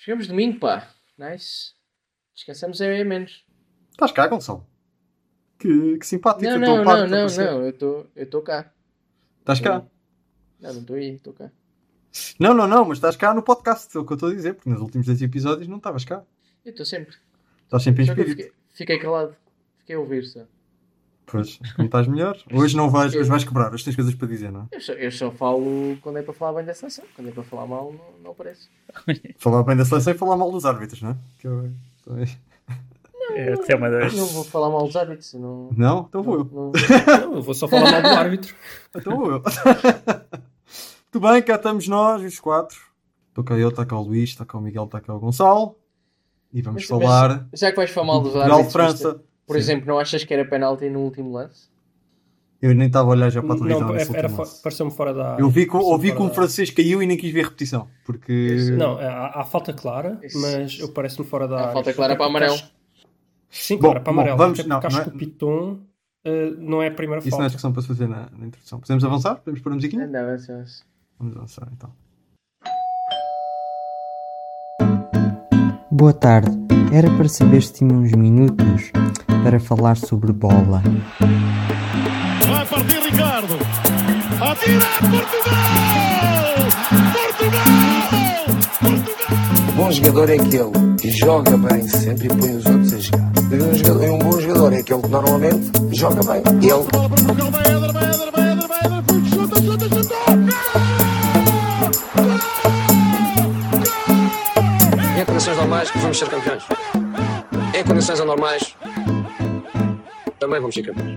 Chegamos domingo, pá. Nice. Descansamos é menos. Estás cá, Gonçalo? Que simpático, Não, da tua não, parte. não, não, não. Eu estou cá. Estás cá? Não estou aí, estou cá. Não, mas estás cá no podcast, é o que eu estou a dizer, porque nos últimos 10 episódios não estavas cá. Eu estou sempre. Estás sempre em Só que eu espírito. fiquei calado. Fiquei a ouvir só. Pois, como estás melhor. Hoje não vais, hoje vais quebrar, hoje tens coisas para dizer, não é? Eu só falo quando é para falar bem da seleção. Quando é para falar mal, não aparece. Falar bem da seleção e falar mal dos árbitros, não é? Não vou falar mal dos árbitros. Não, então vou eu. Não, eu vou só falar mal do árbitro. Então vou eu. Muito bem, cá estamos nós, os 4. Estou cá eu, está cá o Luís, está cá o Miguel, está cá o Gonçalo. E vamos falar. Já que vais falar mal dos Portugal, árbitros, França. Por exemplo, não achas que era penalti no último lance? Eu nem estava a olhar já para a televisão. Não, pareceu-me fora da área. Eu ouvi que um francês caiu e nem quis ver a repetição. Porque... Não, há falta clara, mas eu parece-me fora da área. Há falta clara para amarelo. Sim, claro, para amarelo. Vamos, acho que o Piton não é a primeira falta. Isso não é discussão para se fazer na introdução. Podemos avançar? Podemos pôr a musiquinha? Não, Vamos avançar então. Boa tarde. Era para saber se tinha uns minutos para falar sobre bola. Vai partir Ricardo. Atira Portugal! Portugal! Bom jogador é aquele que joga bem sempre e põe os outros a jogar. E um bom jogador é aquele que normalmente joga bem. Em condições normais vamos ser campeões. Em condições anormais também vamos ser campeões.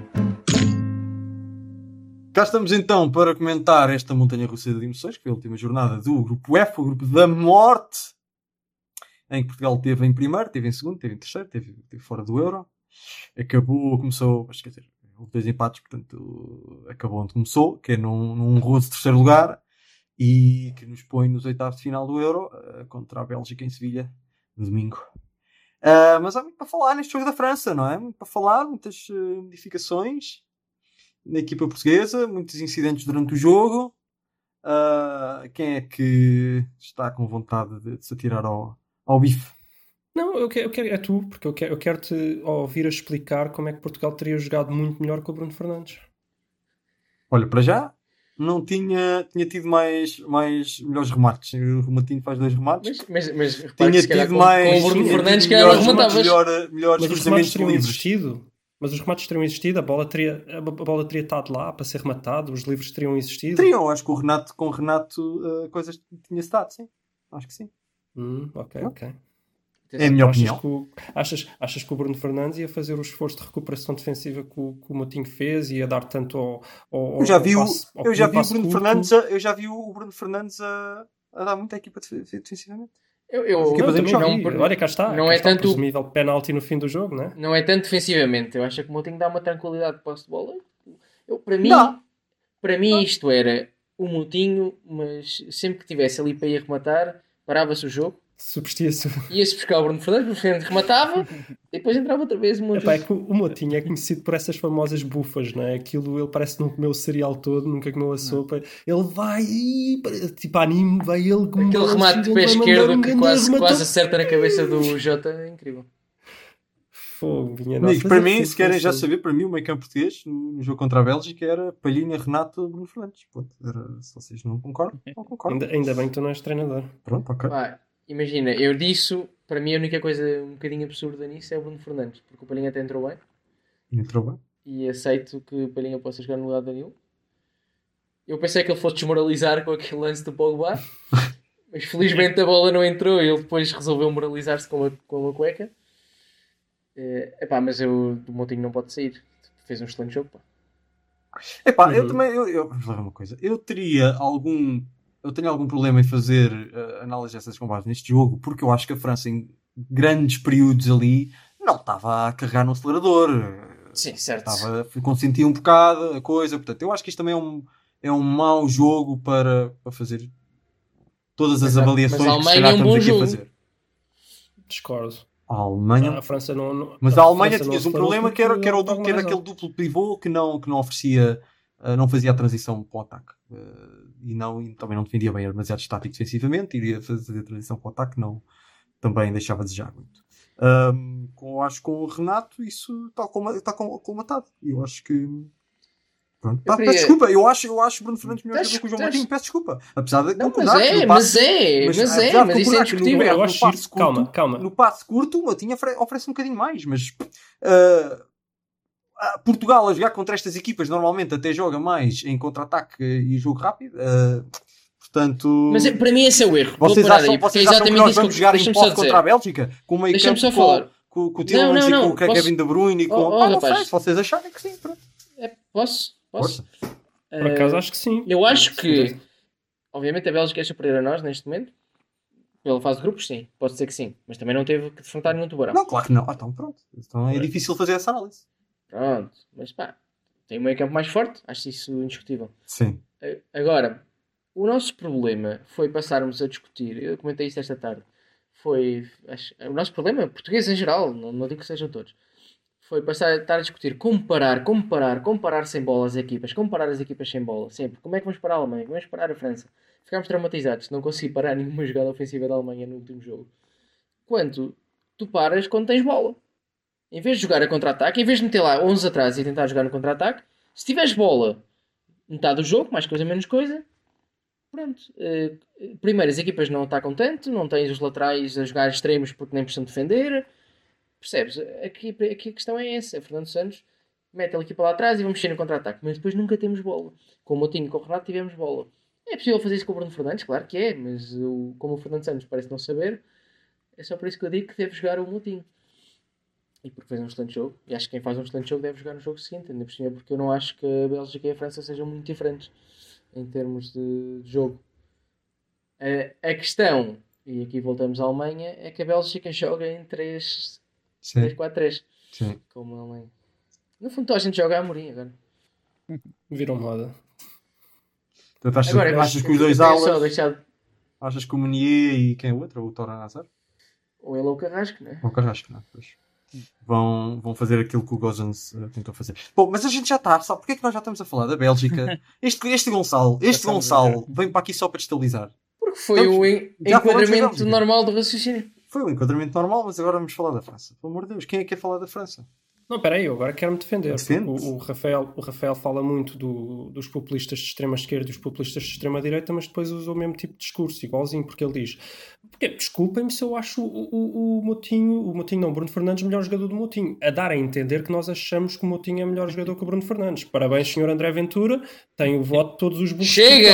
Cá estamos então para comentar esta montanha-russa de emoções, que foi a última jornada do Grupo F, o Grupo da Morte, em que Portugal esteve em primeiro, esteve em segundo, esteve em terceiro, esteve fora do Euro. Começou, quer dizer, houve 2 empates, portanto acabou onde começou, que é num honroso terceiro lugar, e que nos põe nos oitavos de final do Euro, contra a Bélgica em Sevilha, no domingo. Mas há muito para falar neste jogo da França, não é? Muito para falar, muitas modificações na equipa portuguesa, muitos incidentes durante o jogo. Quem é que está com vontade de se atirar ao bife? Não, eu quero, é tu, porque eu quero-te ouvir a explicar como é que Portugal teria jogado muito melhor com o Bruno Fernandes. Olha, para já não tinha tido melhores remates. O Matinho faz 2 remates. Mas tinha tido mais com o Bruno Fernandes que era rematavas. Melhores cruzamentos livres. Mas os remates teriam existido, a bola teria estado lá para ser rematado, os livros teriam existido. Teriam, acho que com o Renato coisas tinha-se dado, sim. Acho que sim. Ok. É a minha opinião. Achas que o Bruno Fernandes ia fazer o esforço de recuperação defensiva que o Moutinho fez e ia dar tanto ao eu já vi o Bruno Fernandes a dar muita equipa defensivamente. Olha, cá está. Não é tanto presumível penalti no fim do jogo, não é? Não é tanto defensivamente. Eu acho que o Moutinho dá uma tranquilidade de posse de bola. Para mim isto era o Moutinho, mas sempre que tivesse ali para ir rematar, parava-se o jogo. Substia-se. Ia-se buscar o Bruno Fernandes rematava e depois entrava outra vez o Moutinho. É que o Moutinho é conhecido por essas famosas bufas, não é? Aquilo, ele parece que não comeu o cereal todo, nunca comeu a sopa. Ele vai, tipo anime, vai ele com aquele remate de pé esquerdo que quase acerta na cabeça do Jota, é incrível. Fogo, para mim, se querem já saber, para mim o meio campo português no jogo contra a Bélgica era Palhinha, Renato, Bruno Fernandes. Se vocês não concordam, não concordam. Ainda bem que tu não és treinador. Pronto, ok. Imagina, eu disso, para mim a única coisa um bocadinho absurda nisso é o Bruno Fernandes, porque o Palhinha até entrou bem. E aceito que o Palhinha possa jogar no lugar do Danilo. Eu pensei que ele fosse desmoralizar com aquele lance do Pogba, mas felizmente a bola não entrou e ele depois resolveu moralizar-se com uma cueca. Mas o Moutinho não pode sair. Fez um excelente jogo. Eu também, vamos falar uma coisa. Eu tenho algum problema em fazer análise dessas combates neste jogo, porque eu acho que a França em grandes períodos ali não estava a carregar no acelerador. Sim, certo. Consentia um bocado a coisa. Portanto, eu acho que isto também é um mau jogo para fazer todas as avaliações que se calhar estamos aqui a fazer. Discordo. A Alemanha... A França não... Mas a Alemanha tinha um problema que era aquele duplo pivô que não oferecia... não fazia a transição para o ataque. E também não defendia bem, era demasiado estático defensivamente, iria fazer a transição para o ataque, não também deixava a desejar muito. Acho que com o Renato isso está colmatado. Eu acho que... Pronto. Peço desculpa, eu acho o Bruno Fernandes melhor jogador que o João Moutinho, peço desculpa. Apesar de concordar mas isso é indiscutível. No passe curto, o Moutinho oferece um bocadinho mais, mas Portugal a jogar contra estas equipas normalmente até joga mais em contra-ataque e jogo rápido. Portanto, mas para mim esse é o erro. Vocês acham que nós vamos jogar em posse contra a Bélgica? Com o meio campo com o Tielemans e com o Kevin De Bruyne e com... não sei, se vocês acharem que sim. Pronto. Posso? Por acaso acho que sim. Eu acho que, obviamente, a Bélgica é superior a nós neste momento. Pela fase de grupos, sim. Pode ser que sim. Mas também não teve que defrontar nenhum tubarão. Não, claro que não. Então pronto. Então é difícil fazer essa análise. Pronto. Mas tem um meio campo mais forte. Acho isso indiscutível. Sim. Agora, o nosso problema foi passarmos a discutir. Eu comentei isso esta tarde. O nosso problema, português em geral, não digo que sejam todos, foi passar a estar a discutir comparar sem bola as equipas, comparar as equipas sem bola, sempre. Como é que vamos parar a Alemanha? Como é que vamos parar a França? Ficámos traumatizados, não consegui parar nenhuma jogada ofensiva da Alemanha no último jogo. Quanto tu paras quando tens bola. Em vez de jogar a contra-ataque, em vez de meter lá 11 atrás e tentar jogar no contra-ataque, se tiveres bola, metade do jogo, mais coisa, menos coisa, pronto. Primeiro, as equipas não atacam tanto, não tens os laterais a jogar extremos porque nem precisam defender. Percebes? Aqui a questão é essa. Fernando Santos mete a equipa lá atrás e vamos mexer no contra-ataque. Mas depois nunca temos bola. Com o Moutinho e com o Renato tivemos bola. É possível fazer isso com o Bruno Fernandes? Claro que é. Mas como o Fernando Santos parece não saber, é só por isso que eu digo que deve jogar o Moutinho. E porque fez um excelente jogo. E acho que quem faz um excelente jogo deve jogar no jogo seguinte. Ainda por cima, porque eu não acho que a Bélgica e a França sejam muito diferentes em termos de jogo. A questão, e aqui voltamos à Alemanha, é que a Bélgica joga em 3-4-3. Sim. Como a Alemanha. No fundo, a gente joga a Amorim agora. Viram moda. Então, achas que os dois alas... Achas que o Meunier e quem é o outro? O Torgan Hazard? Ou ele ou o Carrasco, não é? Ou o Carrasco, não é? Pois. Vão fazer aquilo que o Gozans tentou fazer. Bom, mas a gente já está, sabe? Porquê é que nós já estamos a falar da Bélgica? Este Gonçalo vem para aqui só para destabilizar. Porque foi o enquadramento normal do raciocínio. Foi um enquadramento normal, mas agora vamos falar da França. Pelo amor de Deus, quem é que quer falar da França? Não, peraí, eu agora quero-me defender. O Rafael fala muito dos populistas de extrema-esquerda e dos populistas de extrema-direita, mas depois usa o mesmo tipo de discurso, igualzinho, porque ele diz: desculpem-me se eu acho o Bruno Fernandes melhor jogador do Moutinho. A dar a entender que nós achamos que o Moutinho é melhor jogador que o Bruno Fernandes. Parabéns, senhor André Ventura, tem o voto de todos os burros.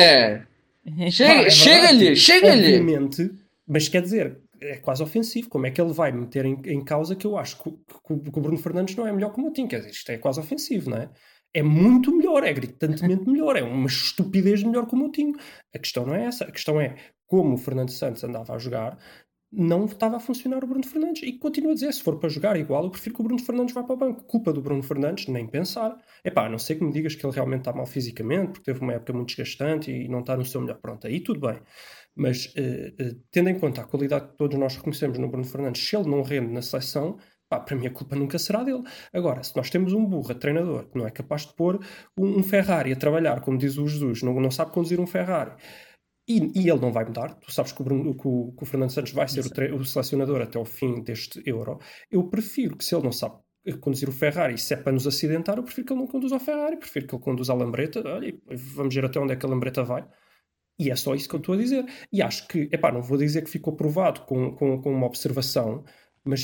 Chega-lhe! Obviamente, mas quer dizer... É quase ofensivo. Como é que ele vai meter em causa que eu acho que o Bruno Fernandes não é melhor que o Moutinho? Quer dizer, isto é quase ofensivo, não é? É muito melhor, é gritantemente melhor, é uma estupidez melhor que o Moutinho. A questão não é essa. A questão é como o Fernando Santos andava a jogar, não estava a funcionar o Bruno Fernandes. E continuo a dizer, se for para jogar igual, eu prefiro que o Bruno Fernandes vá para o banco. Culpa do Bruno Fernandes, nem pensar. A não ser que me digas que ele realmente está mal fisicamente, porque teve uma época muito desgastante e não está no seu melhor. Pronto, aí tudo bem. Mas, tendo em conta a qualidade que todos nós reconhecemos no Bruno Fernandes, se ele não rende na seleção, para mim a culpa nunca será dele. Agora, se nós temos um burro, treinador, que não é capaz de pôr um Ferrari a trabalhar, como diz o Jesus, não sabe conduzir um Ferrari, e ele não vai mudar, tu sabes que o Fernando Santos vai ser o selecionador até ao fim deste Euro, eu prefiro que, se ele não sabe conduzir o Ferrari, se é para nos acidentar, eu prefiro que ele não conduza o Ferrari, prefiro que ele conduza a Lambreta, olha, vamos ver até onde é que a Lambreta vai. E é só isso que eu estou a dizer. E acho que, não vou dizer que ficou provado com uma observação, mas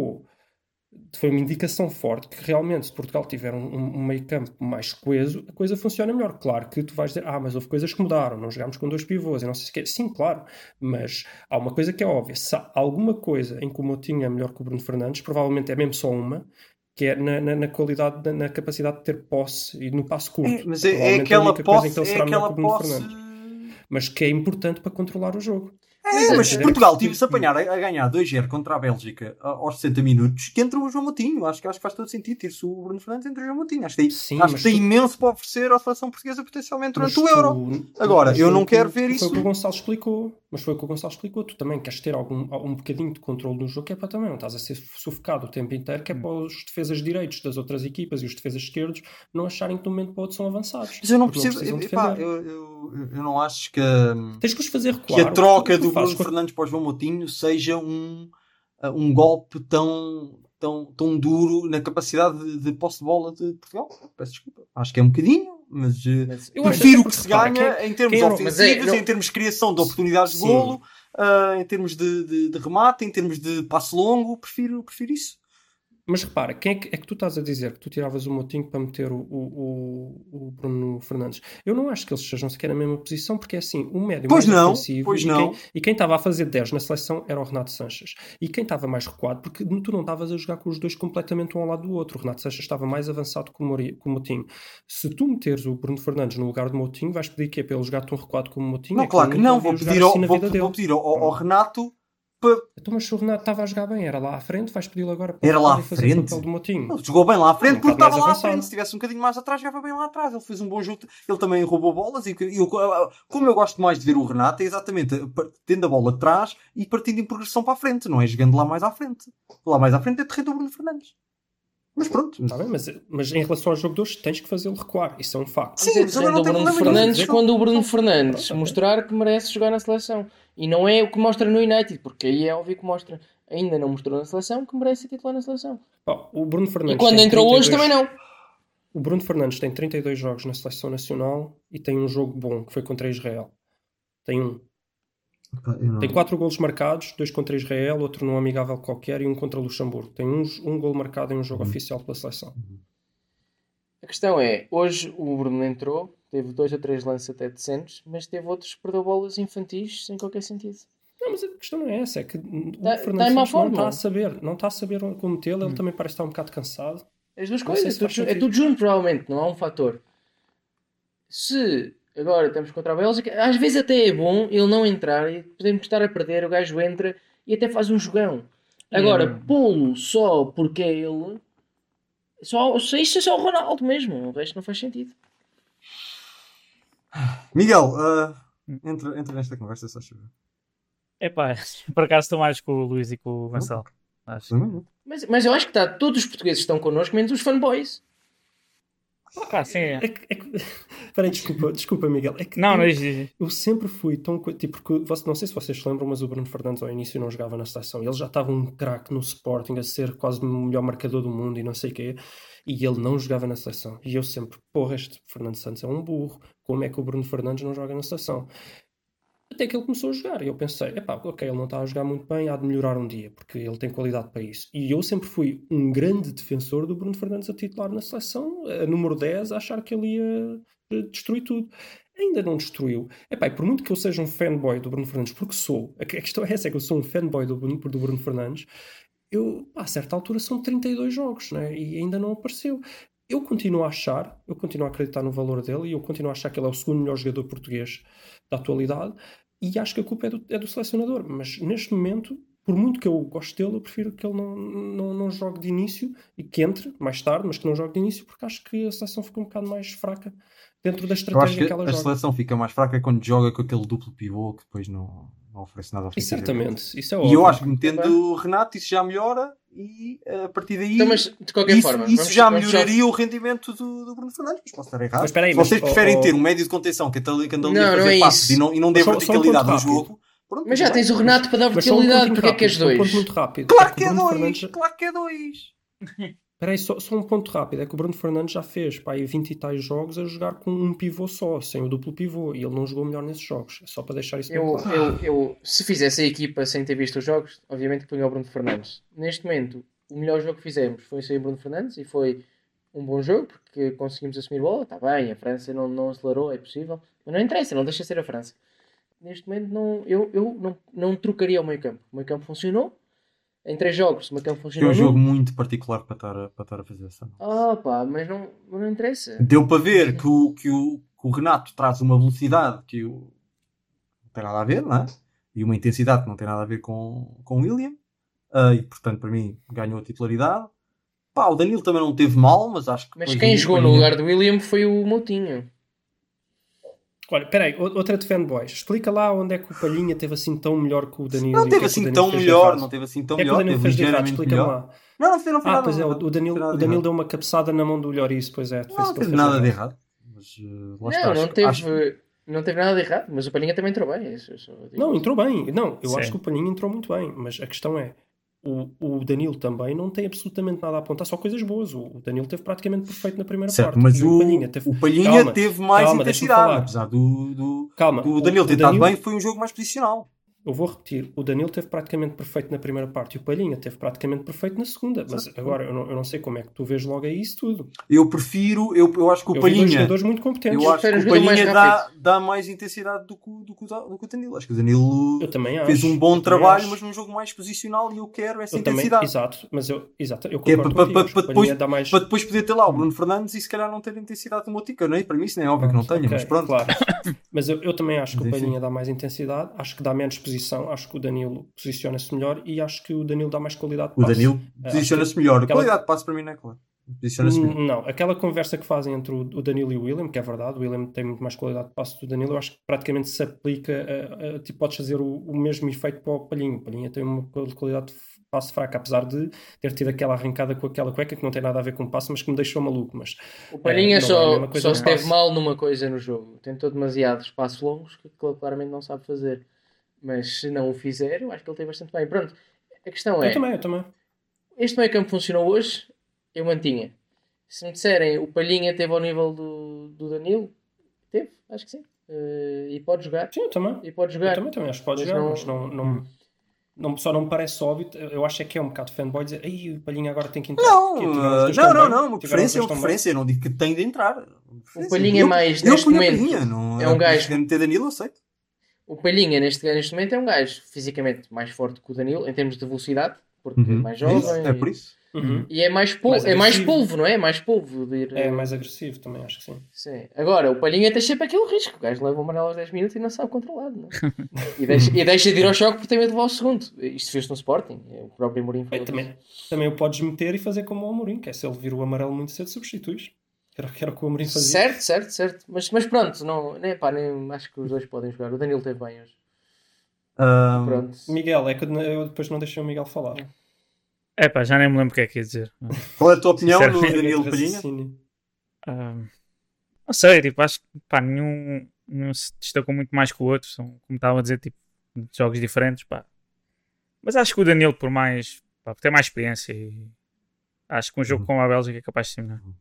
foi uma indicação forte que realmente, se Portugal tiver um meio campo mais coeso, a coisa funciona melhor. Claro que tu vais dizer, mas houve coisas que mudaram, não jogámos com 2 pivôs e não sei o quê. Sim, claro, mas há uma coisa que é óbvia. Se há alguma coisa em que o Moutinho é melhor que o Bruno Fernandes, provavelmente é mesmo só uma, que é na qualidade, na capacidade de ter posse e no passo curto. Mas é aquela posse, Fernandes. Mas que é importante para controlar o jogo. Mas se Portugal tive-se a apanhar a ganhar 2-0 contra a Bélgica aos 60 minutos, que entra o João Moutinho. Acho que faz todo sentido ter-se o Bruno Fernandes entre o João Moutinho. Acho que tem imenso para oferecer à seleção portuguesa potencialmente durante o Euro. Agora, eu não quero ver isso. Foi o que o Gonçalo explicou. Mas foi o que o Gonçalo explicou. Tu também queres ter um bocadinho de controle no jogo, que é para também não estás a ser sufocado o tempo inteiro, que é para os defesas direitos das outras equipas e os defesas esquerdos não acharem que de um momento para o outro são avançados. Mas eu não preciso. Eu não acho que tens que os fazer recuar. Que a troca do o Bruno Fernandes para o João Moutinho seja um golpe tão duro na capacidade de posse de bola de Portugal. Peço desculpa. Acho que é um bocadinho, mas eu prefiro que se ganha em termos ofensivos, em termos de criação de oportunidades de golo, em termos de remate, em termos de passe longo. Prefiro isso. Mas repara, quem é que tu estás a dizer que tu tiravas o Moutinho para meter o Bruno Fernandes? Eu não acho que eles sejam sequer na mesma posição, porque é assim, o médio mais ofensivo e quem estava a fazer 10 na seleção era o Renato Sanches. E quem estava mais recuado, porque tu não estavas a jogar com os dois completamente um ao lado do outro. O Renato Sanches estava mais avançado que o Moutinho. Se tu meteres o Bruno Fernandes no lugar do Moutinho, vais pedir que é para ele jogar tão recuado como o Moutinho? Não, claro que não. Vou pedir ao Renato... Então, mas se o Renato estava a jogar bem, era lá à frente, vais pedi-lo agora para fazer o papel do Moutinho. Não, jogou bem lá à frente porque estava lá à frente. Se estivesse um bocadinho mais atrás, jogava bem lá atrás. Ele fez um bom jogo. Ele também roubou bolas. Como eu gosto mais de ver o Renato, é exatamente tendo a bola atrás e partindo em progressão para a frente. Não é jogando lá mais à frente. Lá mais à frente é terreno do Bruno Fernandes. Mas pronto. Está bem, mas em relação ao jogo de hoje, tens que fazê-lo recuar. Isso é um facto. Sim, mas não tem Bruno Fernandes quando o Bruno Fernandes mostrar que merece jogar na seleção. E não é o que mostra no United, porque aí é óbvio que mostra. Ainda não mostrou na seleção que merece ser titular na seleção. O Bruno Fernandes e quando entrou hoje também não. O Bruno Fernandes tem 32 jogos na seleção nacional e tem um jogo bom, que foi contra Israel. Tem um. Tem 4 golos marcados, 2 contra Israel, outro num amigável qualquer e um contra Luxemburgo. Tem um golo marcado em um jogo oficial pela seleção. A questão é, hoje o Bruno entrou, teve 2 ou 3 lances até decentes, mas teve outros que perdeu bolas infantis sem qualquer sentido. Não, mas a questão não é essa, é que o Fernandes não está a saber como metê-lo, ele também parece estar um bocado cansado. As duas coisas, é tudo junto provavelmente, não há um fator. Se agora estamos contra a Bélgica, às vezes até é bom ele não entrar e podemos estar a perder, o gajo entra e até faz um jogão. Agora, pô-lo só porque é ele, isso é só o Ronaldo mesmo, o resto não faz sentido. Miguel, entra nesta conversa, só chover. Epá, por acaso estou mais com o Luís e com o Gonçalo. Acho. Mas eu acho que todos os portugueses estão connosco, menos os fanboys. Sim, é. Peraí, desculpa, Miguel. É que eu sempre fui tão... porque não sei se vocês se lembram, mas o Bruno Fernandes ao início não jogava na seleção. Ele já estava um craque no Sporting, a ser quase o melhor marcador do mundo e não sei o quê. E ele não jogava na seleção. E eu sempre, este Fernando Santos é um burro. Como é que o Bruno Fernandes não joga na seleção? Até que ele começou a jogar. E eu pensei, ele não está a jogar muito bem, há de melhorar um dia, porque ele tem qualidade para isso. E eu sempre fui um grande defensor do Bruno Fernandes a titular na seleção, a número 10, a achar que ele ia destruir tudo. Ainda não destruiu. E por muito que eu seja um fanboy do Bruno Fernandes, porque sou, a questão é essa, é que eu sou um fanboy do Bruno Fernandes, a certa altura são 32 jogos, né? E ainda não apareceu. Eu continuo a acreditar no valor dele e eu continuo a achar que ele é o segundo melhor jogador português da atualidade e acho que a culpa é do selecionador, mas neste momento, por muito que eu goste dele, eu prefiro que ele não jogue de início e que entre mais tarde, mas que não jogue de início, porque acho que a seleção fica um bocado mais fraca dentro da estratégia que ela joga. A seleção fica mais fraca quando joga com aquele duplo pivô que depois não oferece nada ofensivo. Certamente, isso é óbvio. E eu acho que metendo o Renato isso já melhora e a partir daí então, mas, de qualquer forma, isso já melhoraria o rendimento do Bruno Fernandes, mas posso estar errado. Se vocês preferem ter um médio de contenção que anda ali a fazer passos e não dê verticalidade no jogo, pronto, mas já tens o Renato para dar verticalidade, porque é que és dois? Um ponto muito rápido. Claro que é dois. Espera aí, só um ponto rápido. É que o Bruno Fernandes já fez 20 e tais jogos a jogar com um pivô só, sem o duplo pivô, e ele não jogou melhor nesses jogos. É só para deixar isso bem claro. Eu, se fizesse a equipa sem ter visto os jogos, obviamente que punha o Bruno Fernandes. Neste momento, o melhor jogo que fizemos foi sem o Bruno Fernandes, e foi um bom jogo, porque conseguimos assumir bola. Está bem, a França não acelerou, é possível, mas não interessa, não deixa ser a França. Neste momento, eu não trocaria o meio campo. O meio campo funcionou. Em 3 jogos, o meio campo funcionou. É um jogo muito particular para estar a fazer essa. Mas não interessa. Deu para ver que o Renato traz uma velocidade que não tem nada a ver, não é? E uma intensidade que não tem nada a ver com o William. E portanto, para mim, ganhou a titularidade. O Danilo também não teve mal, mas acho que... Mas quem jogou no lugar do William foi o Moutinho. Olha, peraí, outra de fanboys. Explica lá onde é que o Palhinha teve assim tão melhor que o Danilo. Não teve assim tão melhor, não teve assim tão melhor. O Danilo fez de errado, explica-me lá. Não fez nada. Pois é, o Danilo deu uma cabeçada na mão do Lloris, pois é. Não teve nada de errado. Mas, não teve... Não teve nada de errado, mas o Palhinha também entrou bem. Não, entrou bem. Não, eu Sim. acho que o Palhinha entrou muito bem, mas a questão é, o Danilo também não tem absolutamente nada a apontar, só coisas boas. O Danilo teve praticamente perfeito na primeira Certo, parte. mas E o Palhinha Calma, teve mais calma, deixa-me intensidade. falar. Apesar do Calma, Danilo o ter estado Danilo- bem, foi um jogo mais posicional. Eu vou repetir, o Danilo teve praticamente perfeito na primeira parte e o Palhinha teve praticamente perfeito na segunda. Mas agora, eu não sei como é que tu vês logo aí isso tudo. Eu prefiro, eu acho que o Eu vi dois Palhinha, jogadores muito competentes. eu acho que prefiro o um jogador mais Palhinha rápido. dá mais intensidade do que o Danilo. Acho que o Danilo Eu também acho. fez um bom Eu também trabalho, acho. mas num jogo mais posicional, e eu quero essa Eu também, intensidade. exato, eu Que é concordo para contigo. Acho que o Palhinha dá mais... depois poder ter lá o Bruno Fernandes e se calhar não ter a intensidade do Motica. Não é? Para mim isso não é óbvio que não tenha, Ok, mas pronto. claro. Mas eu também acho que Mas o enfim. Palhinha dá mais intensidade, acho que dá menos posição, acho que o Danilo posiciona-se melhor e acho que o Danilo dá mais qualidade de O passe. Danilo Acho posiciona-se que melhor. A aquela- qualidade de passe para mim não é claro. Posiciona-se melhor. Não, aquela conversa que fazem entre o Danilo e o William, que é verdade, o William tem muito mais qualidade de passe do Danilo, eu acho que praticamente se aplica tipo, podes fazer o mesmo efeito para o Palhinha. O Palhinha tem uma qualidade de passe fraca, apesar de ter tido aquela arrancada com aquela cueca que não tem nada a ver com o passe, mas que me deixou maluco. Mas O Palhinha não é a mesma coisa só no esteve passe. mal numa coisa no jogo. Tentou demasiados passos longos que claramente não sabe fazer. Mas se não o fizer, eu acho que ele teve bastante bem. Pronto, a questão é... Eu também. Este meio campo funcionou hoje, eu mantinha. Se me disserem o Palhinha teve ao nível do Danilo, teve, acho que sim. E pode jogar. Sim, eu também. E pode jogar. Eu também acho que pode Mas jogar, não- mas só não me parece óbvio. Eu acho que é um bocado fanboy dizer aí o Palhinha agora tem que entrar. Não, Porque tiveram os dois tão bem, uma tiveram os preferência é dois uma tão bem. preferência. Eu não digo que tem de entrar. O Palhinha é mais, eu neste ponho a momento, Palhinha, não é um gajo... Se meter Danilo, eu aceito. O Palhinha neste momento é um gajo fisicamente mais forte que o Danilo, em termos de velocidade, porque é mais jovem. É por isso. Uhum. E é mais agressivo. polvo, não é? Mais polvo. De ir, É mais agressivo também, acho que sim. Sim. Agora, o Palhinha tem sempre aquele risco. O gajo leva o amarelo aos 10 minutos e não sabe controlar. Não é? e deixa de ir ao choque porque tem medo de levar o segundo. Isto fez no Sporting. O próprio Mourinho falou disso. Também o podes meter e fazer como o Amorim, que é se ele vir o amarelo muito cedo, substituis. Que era o que o Amorim fazia. Certo. Mas pronto, nem acho que os dois podem jogar. O Danilo teve bem hoje. Pronto. Miguel, é que eu depois não deixei o Miguel falar. Epá, já nem me lembro o que é que ia dizer. Qual é a tua opinião no Sinceramente. Danilo Palhinha? Raciocínio. Não sei, tipo, acho que pá, nenhum se destacou muito mais que o outro. São, como estava a dizer, tipo, jogos diferentes, pá. Mas acho que o Danilo, por ter mais experiência, e acho que um jogo com a Bélgica é capaz de ser melhor.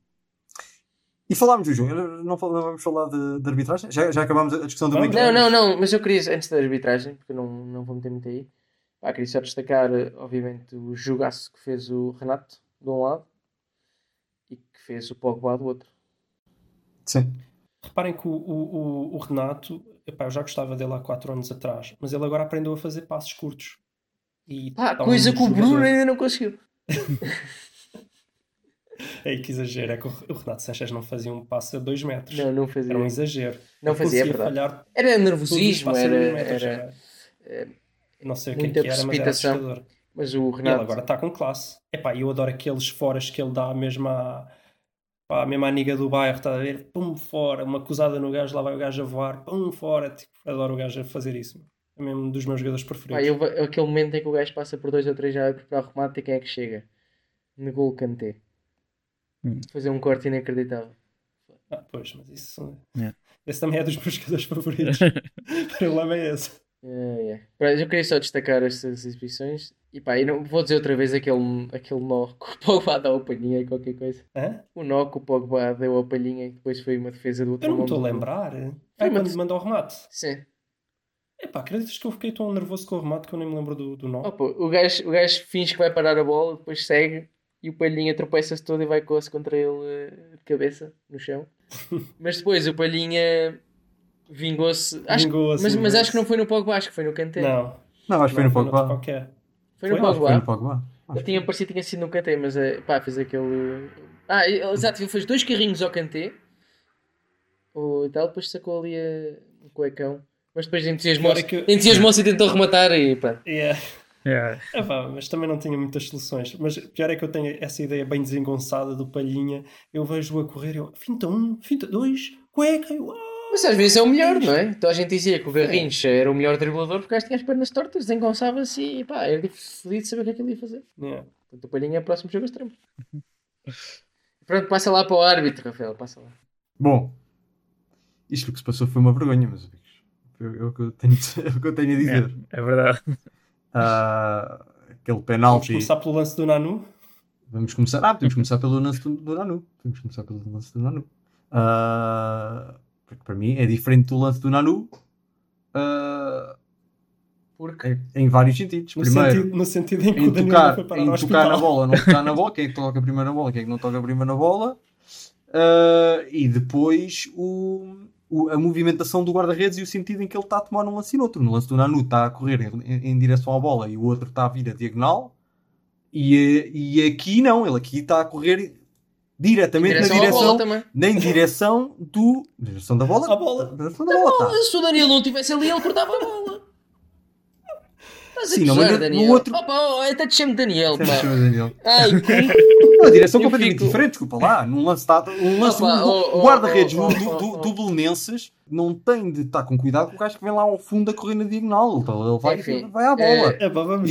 E falámos do jogo, não vamos falar de arbitragem? Já acabámos a discussão do Vamos. Miguel? Não, mas eu queria, antes da arbitragem, porque eu não vou meter muito aí, queria só destacar, obviamente, o jogaço que fez o Renato, de um lado, e que fez o Pogba do outro. Sim. Reparem que o Renato, epá, eu já gostava dele há 4 anos atrás, mas ele agora aprendeu a fazer passos curtos. E Coisa que o Bruno ainda não conseguiu. Que exagero, é que o Renato Sanches não fazia um passo a 2 metros. Não fazia. Era um exagero. Não Ele fazia, é conseguia verdade. falhar Era todos os nervosismo, passos a 2 era metros, não sei o que é muita que era, mas era precipitação. assustador. Mas o E ele Renato... agora está com classe. Epá, eu adoro aqueles foras que ele dá mesmo à mesma amiga do bairro, está a ver? Pum, fora, uma cruzada no gajo, lá vai o gajo a voar, pum, fora. Tipo, adoro o gajo a fazer isso. É mesmo um dos meus jogadores preferidos. Aquele momento em que o gajo passa por 2 ou 3 já para o remate e quem é que chega? Negou o Kanté. Fazer um corte inacreditável. Pois, mas isso... Yeah. Esse também é dos meus jogadores favoritos. O problema é esse. Eu queria só destacar estas exibições e não vou dizer outra vez aquele nó que o Pogba deu ao Palhinha e qualquer coisa. O nó que o Pogba deu ao Palhinha e depois foi uma defesa do outro. Eu não me estou a lembrar. Quando mandou o remate. Sim. Epá, acreditas que eu fiquei tão nervoso com o remate que eu nem me lembro do nó? O gajo finge que vai parar a bola, depois segue e o Palhinha tropeça-se todo e vai coça contra ele de cabeça no chão. Mas depois o Palhinha vingou-se. Mas acho que não foi no Pogba, acho que foi no Kanté. Não, acho que foi no Pogba. Foi no Pogba. Eu tinha parecido que tinha sido no Kanté, mas fez aquele... exato, ele fez 2 carrinhos ao Kanté e tal, depois sacou ali um cuecão. Mas depois entusiasmou-se e tentou rematar e pá. Mas também não tinha muitas soluções. Mas pior é que eu tenho essa ideia bem desengonçada do Palhinha. Eu vejo-o a correr, finta 1, finta 2, cueca, Mas às vezes é o melhor, não é? Então a gente dizia que o Garrincha era o melhor driblador porque o gajo tinha as pernas tortas, desengonçava-se e era feliz de saber o que é que ele ia fazer. Portanto, o Palhinha é o próximo jogo extremo. Pronto, passa lá para o árbitro, Rafael, passa lá. Bom, Isto que se passou foi uma vergonha, meus amigos. É o que eu tenho a dizer. É verdade. Aquele penalti. Vamos começar pelo lance do Nanu? Podemos começar pelo lance do Nanu. Porque para mim é diferente do lance do Nanu. Porque? Em vários sentidos. Primeiro, no sentido em que o Danilo foi parar no tocar na bola, não tocar na bola. Quem é que toca primeiro na bola, quem é que não toca primeiro na bola. E depois a movimentação do guarda-redes e o sentido em que ele está a tomar num lance e no outro. No lance do Nanu está a correr em direção à bola e o outro está a vir a diagonal. E aqui não, ele aqui está a correr diretamente na direção da bola. A bola. Se o Danilo não estivesse ali, ele cortava a bola. Sim, não, mas Daniel. no outro... até te chamo Daniel, pá. Ai, uma direção completamente diferente, desculpa lá. Num lance, o guarda-redes do Belenenses não tem de estar com cuidado com o gajo que vem lá ao fundo a correr na diagonal. Ele vai à bola.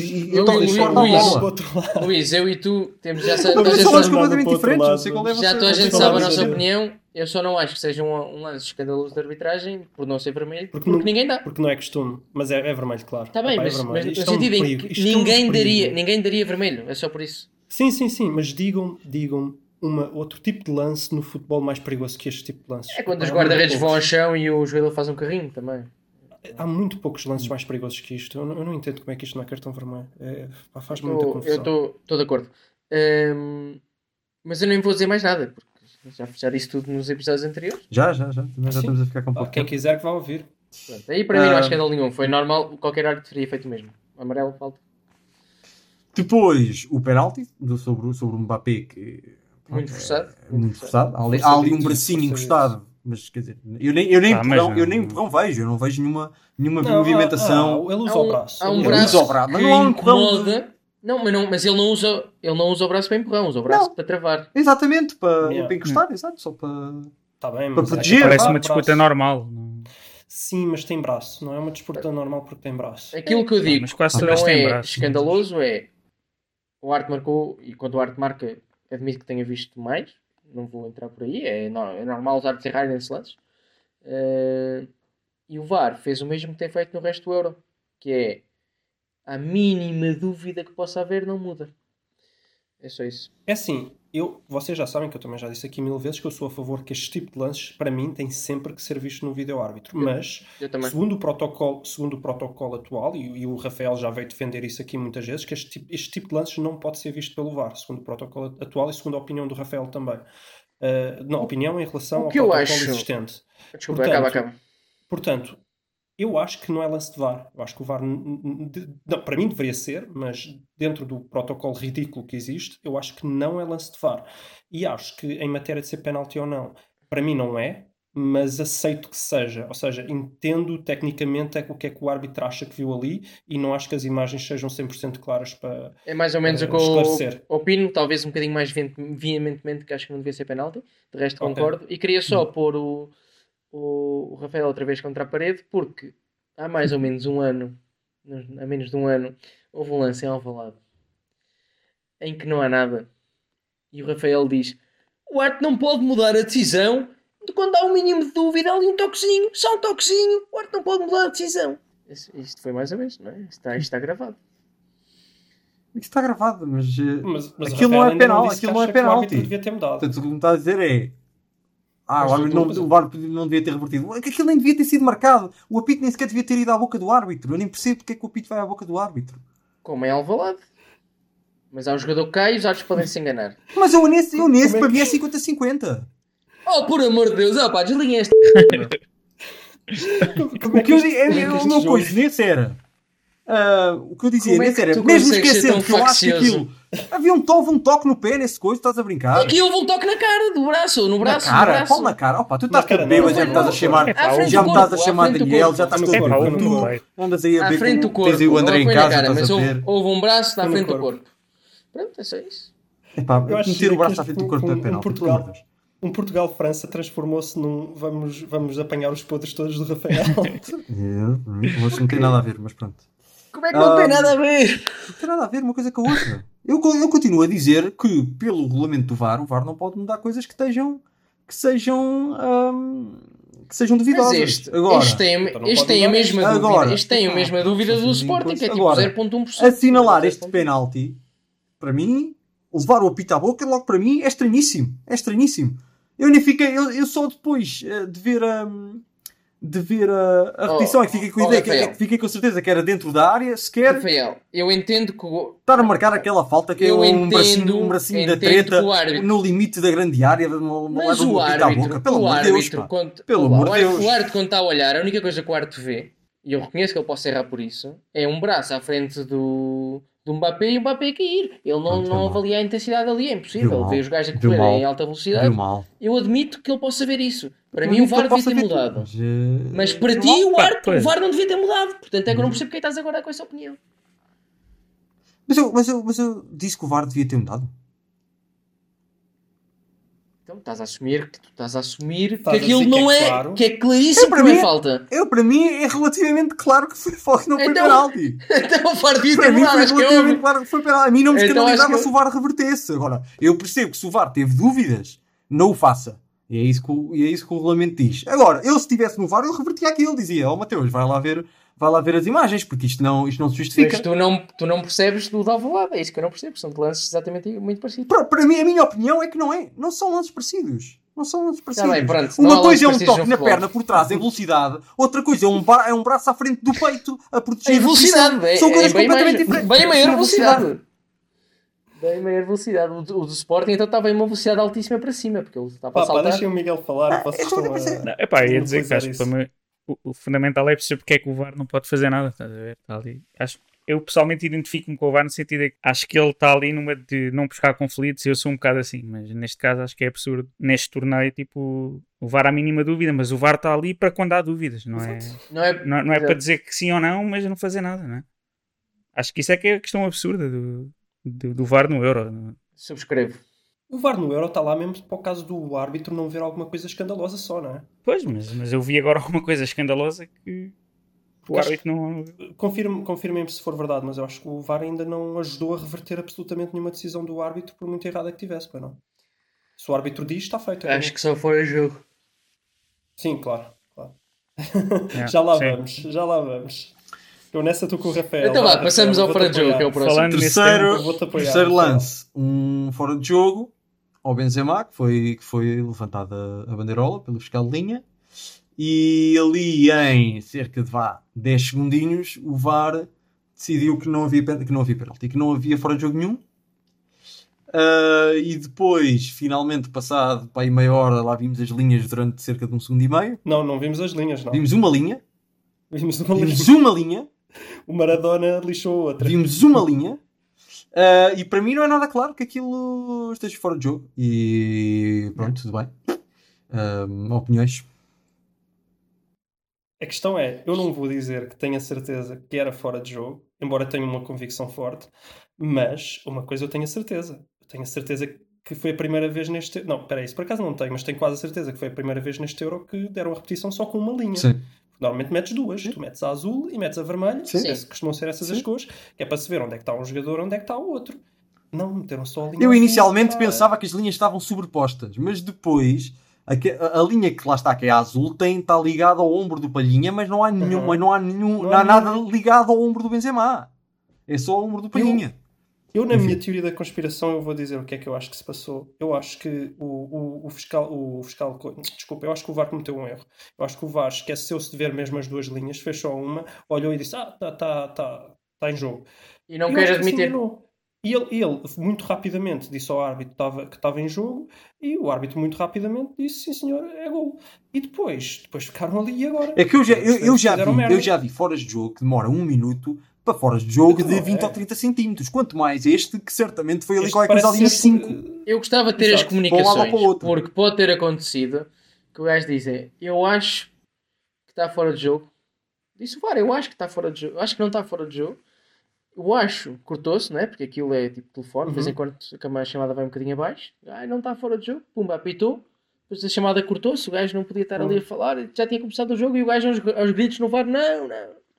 Luís, eu e tu temos já completamente diferentes. Já toda a gente sabe a nossa opinião. Eu só não acho que seja um lance escandaloso de arbitragem por não ser vermelho, porque ninguém dá. Porque não é costume, mas é vermelho, claro. Está bem, mas no sentido em que ninguém daria vermelho, é só por isso. Sim, mas digam outro tipo de lance no futebol mais perigoso que este tipo de lances. É quando os guarda-redes vão ao chão e o jogador faz um carrinho também. Há muito poucos lances mais perigosos que isto. Eu não entendo como é que isto não é cartão vermelho. Faz muita confusão. Eu estou de acordo. Mas eu nem vou dizer mais nada, porque já disse tudo nos episódios anteriores. Já estamos a ficar com um pouco. Quem quiser que vá ouvir. Pronto, aí para mim não há escândalo nenhum. Foi normal, qualquer árbitro teria feito o mesmo. Amarelo, falta. Depois, o penalti sobre o Mbappé, que muito forçado. Há ali um bracinho encostado, mas quer dizer, eu nem empurrão vejo, eu não vejo nenhuma movimentação. Ele usa o braço. Há um braço que não há um empurrão. Mas ele não usa o braço para empurrão, usa o braço para travar. Exatamente, para encostar, exato, só para, tá bem, para proteger. Parece uma disputa normal. Sim, mas tem braço, não é uma disputa normal porque tem braço. Aquilo que eu digo, mas quase não é escandaloso, é o Arte marcou, e quando o Arte marca, admito que tenha visto mais, não vou entrar por aí, é normal os árbitros errarem nesses lances. E o VAR fez o mesmo que tem feito no resto do Euro, que é a mínima dúvida que possa haver não muda. É só isso. É assim, vocês já sabem que eu também já disse aqui 1000 vezes que eu sou a favor que este tipo de lances, para mim, tem sempre que ser visto no vídeo-árbitro. Mas, segundo o protocolo atual, e o Rafael já veio defender isso aqui muitas vezes, que este tipo de lances não pode ser visto pelo VAR, segundo o protocolo atual e segundo a opinião do Rafael também. Não, opinião em relação ao protocolo existente. Desculpa, acaba. Portanto, eu acho que não é lance de VAR. Eu acho que o VAR, para mim deveria ser, mas dentro do protocolo ridículo que existe, eu acho que não é lance de VAR. E acho que em matéria de ser penalti ou não, para mim não é, mas aceito que seja. Ou seja, entendo tecnicamente o que é que o árbitro acha que viu ali e não acho que as imagens sejam 100% claras para é mais ou menos o que eu opino, talvez um bocadinho mais veementemente, que acho que não devia ser penalti. De resto concordo. E queria só pôr o Rafael outra vez contra a parede, porque há mais ou menos há menos de um ano, houve um lance em Alvalade em que não há nada. E o Rafael diz: o árbitro não pode mudar a decisão de quando há um mínimo de dúvida, ali um toquezinho, só um toquezinho, o árbitro não pode mudar a decisão. Isto foi mais ou menos, não é? Isto está gravado. Isso está gravado, mas aquilo não é penal, aquilo não é penalti. Portanto, o que me está a dizer é o árbitro não devia ter revertido. Aquilo nem devia ter sido marcado. O apito nem sequer devia ter ido à boca do árbitro. Eu nem percebo porque é que o apito vai à boca do árbitro. Como é Alvalade. Mas há um jogador que cai e os árbitros podem se enganar. Mas eu nesse para mim é 50-50. Oh, por amor de Deus, desliguem esta. O meu coisa nesse era. O que eu dizia nesse era, mesmo esquecendo que eu acho que aquilo. Houve um toque no pé nesse coisa, estás a brincar? Aqui houve um toque na cara, no braço. Qual na cara? Opa, tu estás todo bêbado, já me estás a chamar. Já me estás a chamar Daniel, já estás todo bêbado. Tu andas aí a ver que tens aí o André em casa, mas houve um braço na frente do corpo. Pronto, é só isso. Meter o braço à frente do corpo é penal. Portugal-França transformou-se num vamos apanhar os podres todos do Rafael. Não tem nada a ver, mas pronto. Como é que não tem nada a ver? Não tem nada a ver uma coisa com a outra. Eu continuo a dizer que, pelo regulamento do VAR, o VAR não pode mudar coisas que sejam que sejam duvidosas. Mas agora, este tem a mesma dúvida. Este tem a mesma dúvida do Sporting, que é tipo 0.1%. Assinalar este penalti, para mim, levar o apito à boca, logo para mim, é estranhíssimo. É estranhíssimo. Eu só depois de ver a repetição é que fiquei com a ideia, que fiquei com a certeza que era dentro da área, sequer. Rafael, eu entendo que estar a marcar aquela falta que é um bracinho da treta no limite da grande área, mas o árbitro, pelo amor de Deus, pelo amor de Deus. O árbitro, quando está a olhar, a única coisa que o árbitro vê, e eu reconheço que ele possa errar por isso, é um braço à frente do Mbappé e o Mbappé cair. Ele não avalia a intensidade ali, é impossível. Vê os gajos a correr em alta velocidade. Eu admito que ele possa ver isso. Para mim o VAR devia ter mudado. Mas para ti o VAR não devia ter mudado. Portanto é que eu não percebo porque estás agora com essa opinião. Mas eu disse que o VAR devia ter mudado. Então estás a assumir que aquilo não é, claro. Que é claríssimo que não é falta. Para mim é relativamente claro que não foi penalti. Então o VAR devia ter mudado, acho que é óbvio. Claro que foi penalti. A mim não me escandalizava se o VAR revertesse. Agora, eu percebo que se o VAR teve dúvidas, não o faça. E é isso que o regulamento diz. Agora, eu se estivesse no VAR, eu revertia aquilo. Dizia, Mateus, vai lá ver as imagens, porque isto não se justifica. Mas tu não percebes do Alvalade, é isso que eu não percebo, são lances exatamente muito parecidos. Para mim, a minha opinião é que não são lances parecidos. Não são lances parecidos. Bem, pronto, uma coisa é um toque na perna por trás, em velocidade, outra coisa é um braço à frente do peito a proteger a velocidade. São coisas completamente diferentes. Bem maior velocidade. Bem maior velocidade. O do Sporting então estava em uma velocidade altíssima para cima, porque ele está a saltar. Deixem o Miguel falar. Ia dizer que acho que para mim o fundamental é perceber porque é que o VAR não pode fazer nada. Estás a ver? Está ali. Eu pessoalmente identifico-me com o VAR no sentido de que acho que ele está ali numa de não buscar conflitos e eu sou um bocado assim, mas neste caso acho que é absurdo. Neste torneio, tipo, o VAR há a mínima dúvida, mas o VAR está ali para quando há dúvidas, não é para dizer que sim ou não, mas não fazer nada, não é? Acho que isso é que é a questão absurda do VAR no Euro. Subscrevo. O VAR no Euro está lá mesmo para o caso do árbitro não ver alguma coisa escandalosa só, não é? Pois, mas eu vi agora alguma coisa escandalosa que o árbitro não... Confirmem-me se for verdade, mas eu acho que o VAR ainda não ajudou a reverter absolutamente nenhuma decisão do árbitro, por muito errada que tivesse, pois não? Se o árbitro diz, está feito. Acho que só foi o jogo. Sim, claro. Já lá vamos. Eu nessa estou com o Rafael. Então passamos ao fora de jogo, que é o próximo. Terceiro lance, um fora de jogo ao Benzema, que foi levantada a bandeirola pelo fiscal de linha, e ali em cerca de 10 segundinhos o VAR decidiu que não havia penalti, que não havia fora de jogo nenhum. E depois, finalmente, passado para aí meia hora, lá vimos as linhas durante cerca de 1 segundo e meio. Não vimos as linhas, não. Vimos uma linha. O Maradona lixou a outra. Vimos uma linha. E para mim não é nada claro que aquilo esteja fora de jogo. E pronto, tudo bem. Opiniões? A questão é, eu não vou dizer que tenho a certeza que era fora de jogo, embora tenha uma convicção forte, mas uma coisa eu tenho a certeza. Eu tenho a certeza que foi a primeira vez neste... Não, espera aí, isso por acaso não tenho, mas tenho quase a certeza que foi a primeira vez neste Euro que deram a repetição só com uma linha. Sim. Normalmente metes duas. Tu metes a azul e metes a vermelho. Costumam ser essas as cores. Que é para se ver onde é que está um jogador, onde é que está o outro. Não, meteram só a linha. Eu inicialmente pensava que as linhas estavam sobrepostas, mas depois a linha que lá está, que é a azul, está ligada ao ombro do Palhinha, mas não há nada ligado ao ombro do Benzema. É só o ombro do Palhinha. Eu na minha teoria da conspiração, eu vou dizer o que é que eu acho que se passou. Eu acho que o fiscal... Desculpa, eu acho que o VAR cometeu um erro. Eu acho que o VAR esqueceu-se de ver mesmo as duas linhas, fez só uma, olhou e disse, está em jogo. E não quer admitir. E ele muito rapidamente disse ao árbitro que estava em jogo, e o árbitro muito rapidamente disse, sim senhor, é gol. E depois ficaram ali e agora... É que eu já vi foras de jogo que demora 1 minuto para fora de jogo de 20 ou 30 centímetros. Quanto mais este, que certamente foi ali qualquer coisa ali nos 5. Eu gostava de ter as comunicações, porque pode ter acontecido que o gajo diz, eu acho que está fora de jogo. Disse o VAR, eu acho que está fora de jogo. Eu acho que não está fora de jogo. Eu acho, cortou-se, não é? Porque aquilo é tipo telefone, de vez em quando a chamada vai um bocadinho abaixo. Não está fora de jogo. Pumba, apitou. Depois a chamada cortou-se, o gajo não podia estar ali a falar. Já tinha começado o jogo e o gajo aos gritos no VAR, não.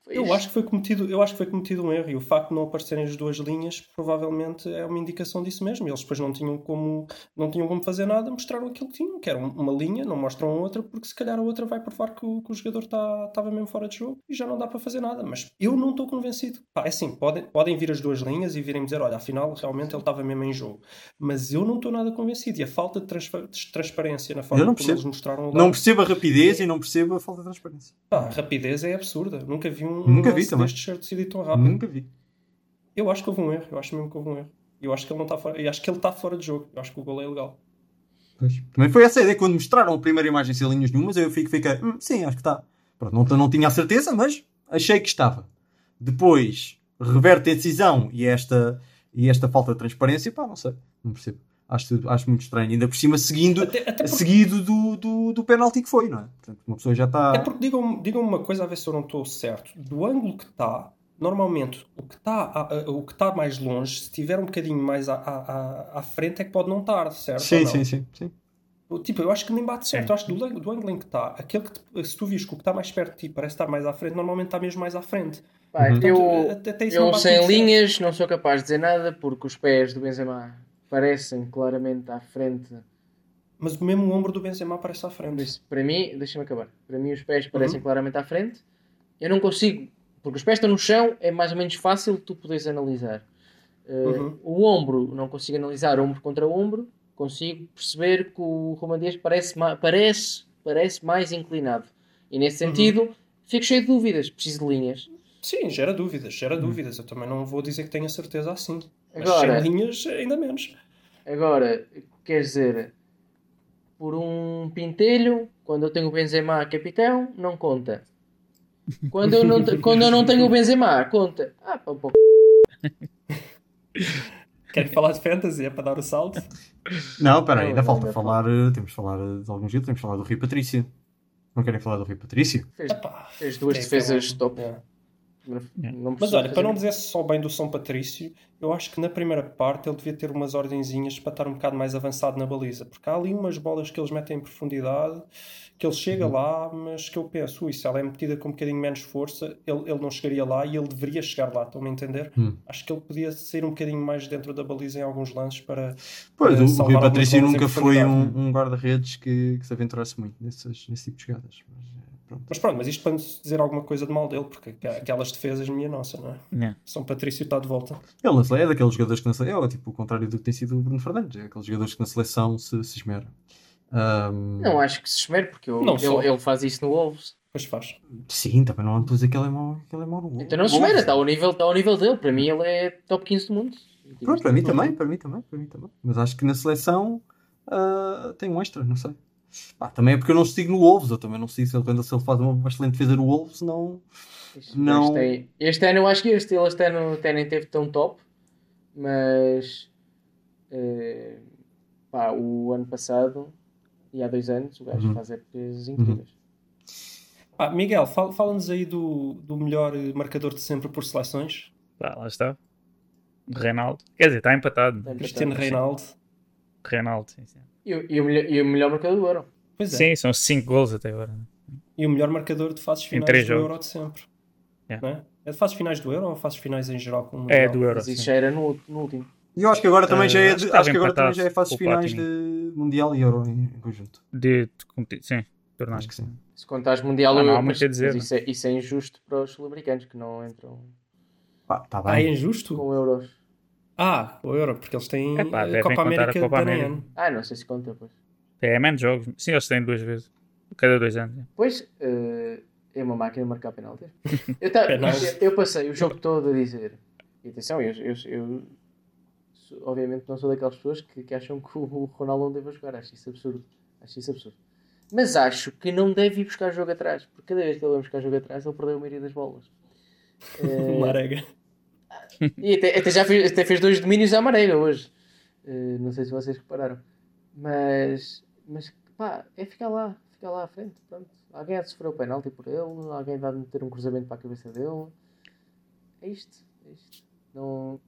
Eu acho que foi cometido um erro, e o facto de não aparecerem as duas linhas provavelmente é uma indicação disso mesmo. Eles depois não tinham como fazer nada, mostraram aquilo que tinham, que era uma linha, não mostram a outra, porque se calhar a outra vai provar que o jogador estava mesmo fora de jogo e já não dá para fazer nada. Mas eu não estou convencido. Pá, é assim, podem vir as duas linhas e virem dizer, olha, afinal realmente ele estava mesmo em jogo. Mas eu não estou nada convencido, e a falta de transparência na forma como eles mostraram o lado. Não percebo a rapidez e não percebo a falta de transparência. Pá, a rapidez é absurda. Nunca vi Nunca vi também. Ser decidido tão rápido. Nunca vi. Eu acho que houve um erro. Eu acho mesmo que houve um erro. Eu acho que ele não está fora. Eu acho que ele está fora de jogo. Eu acho que o gol é ilegal. Pois. Também foi essa a ideia. Quando mostraram a primeira imagem sem linhas nenhumas, eu fiquei, sim, acho que está. Pronto, não tinha a certeza, mas achei que estava. Depois, reverte a decisão e esta falta de transparência, pá, não sei. Não percebo. Acho muito estranho. Ainda por cima, seguido do penalti que foi, não é? Portanto, uma pessoa já está... É porque, digam-me uma coisa, a ver se eu não estou certo. Do ângulo que está, normalmente, o que está mais longe, se tiver um bocadinho mais à frente, é que pode não estar, certo? Sim. Tipo, eu acho que nem bate certo. Eu acho que do ângulo em que está, aquele que, se tu vires que o que está mais perto de ti parece estar mais à frente, normalmente está mesmo mais à frente. Portanto, eu sem linhas não sou capaz de dizer nada, porque os pés do Benzema parecem claramente à frente. Mas mesmo o ombro do Benzema parece à frente. Isso, para mim, deixa-me acabar. Para mim os pés parecem claramente à frente. Eu não consigo, porque os pés estão no chão, é mais ou menos fácil tu poderes analisar. O ombro, não consigo analisar ombro contra ombro. Consigo perceber que o Ruben Dias parece mais inclinado. E nesse sentido, fico cheio de dúvidas. Preciso de linhas. Sim, gera dúvidas. Eu também não vou dizer que tenho a certeza assim. Agora, mas sem linhas, ainda menos. Agora, quer dizer, por um pintelho, quando eu tenho o Benzema capitão, não conta. Quando eu não tenho o Benzema, conta. Pá, um pouco. Querem falar de fantasy? É para dar o salto? Não, espera aí, ainda falta falar. Temos de falar de alguns dias, temos de falar do Rui Patrício. Não querem falar do Rui Patrício? Fez duas defesas top. Mas olha, para não dizer só bem do São Patrício, eu acho que na primeira parte ele devia ter umas ordenzinhas para estar um bocado mais avançado na baliza, porque há ali umas bolas que eles metem em profundidade, que ele chega lá, mas que eu penso, se ela é metida com um bocadinho menos força, ele não chegaria lá e ele deveria chegar lá, estão-me a entender? Acho que ele podia sair um bocadinho mais dentro da baliza em alguns lances para... Pois, o Rui Patrício nunca foi um guarda-redes que se aventurasse muito nesse tipo de jogadas. Mas isto para dizer alguma coisa de mal dele, porque aquelas defesas, minha nossa, não é? Yeah. São Patrício está de volta. Ele é daqueles jogadores que na seleção, tipo o contrário do que tem sido o Bruno Fernandes, é aqueles jogadores que na seleção se esmera. Não acho que se esmere, porque ele faz isso no Wolves. Pois faz. Sim, também não estou a dizer que ele é mau no Wolves. Então não se esmera, está ao nível dele. Para mim ele é top 15 do mundo. Pronto, para mim também. Mas acho que na seleção tem um extra, não sei. Também é porque eu não sigo no Wolves, eu também não sigo se ele faz uma excelente defesa no Wolves, não. Este ano eu acho que ele este ano até nem teve tão top, mas o ano passado e há 2 anos o gajo faz épocas incríveis. Miguel, fala-nos aí do melhor marcador de sempre por seleções. Lá está. Reinaldo. Quer dizer, está empatado. Cristiano Reinaldo, sim. E o melhor marcador do Euro. Pois é. Sim, são 5 gols até agora. E o melhor marcador de fases finais do Euro de sempre. Yeah. Não é? É de fases finais do Euro ou fases finais em geral? Do Euro. Mas isso já era no último. E eu acho que agora também já é fases finais de Mundial e Euro em conjunto. Sim, acho que sim. Se contares Mundial não Euro, há muito a dizer. Isso é injusto para os sul-americanos que não entram. Tá bem. É injusto? Com euros. O Euro, porque eles têm a Copa América de ano. Não sei se conta, pois. É menos jogos. Sim, eles têm 2 vezes. Cada 2 anos. Pois, é uma máquina de marcar penaltis. Eu passei o jogo todo a dizer, e atenção, eu obviamente não sou daquelas pessoas que acham que o Ronaldo não deve jogar. Acho isso absurdo. Mas acho que não deve ir buscar jogo atrás, porque cada vez que ele vai buscar jogo atrás ele perdeu a maioria das bolas. Marega. E até fez 2 domínios à Marega hoje. Não sei se vocês repararam. Mas é ficar lá à frente. Pronto. Alguém há de sofrer o penalti por ele, alguém há de meter um cruzamento para a cabeça dele. É isto. Não,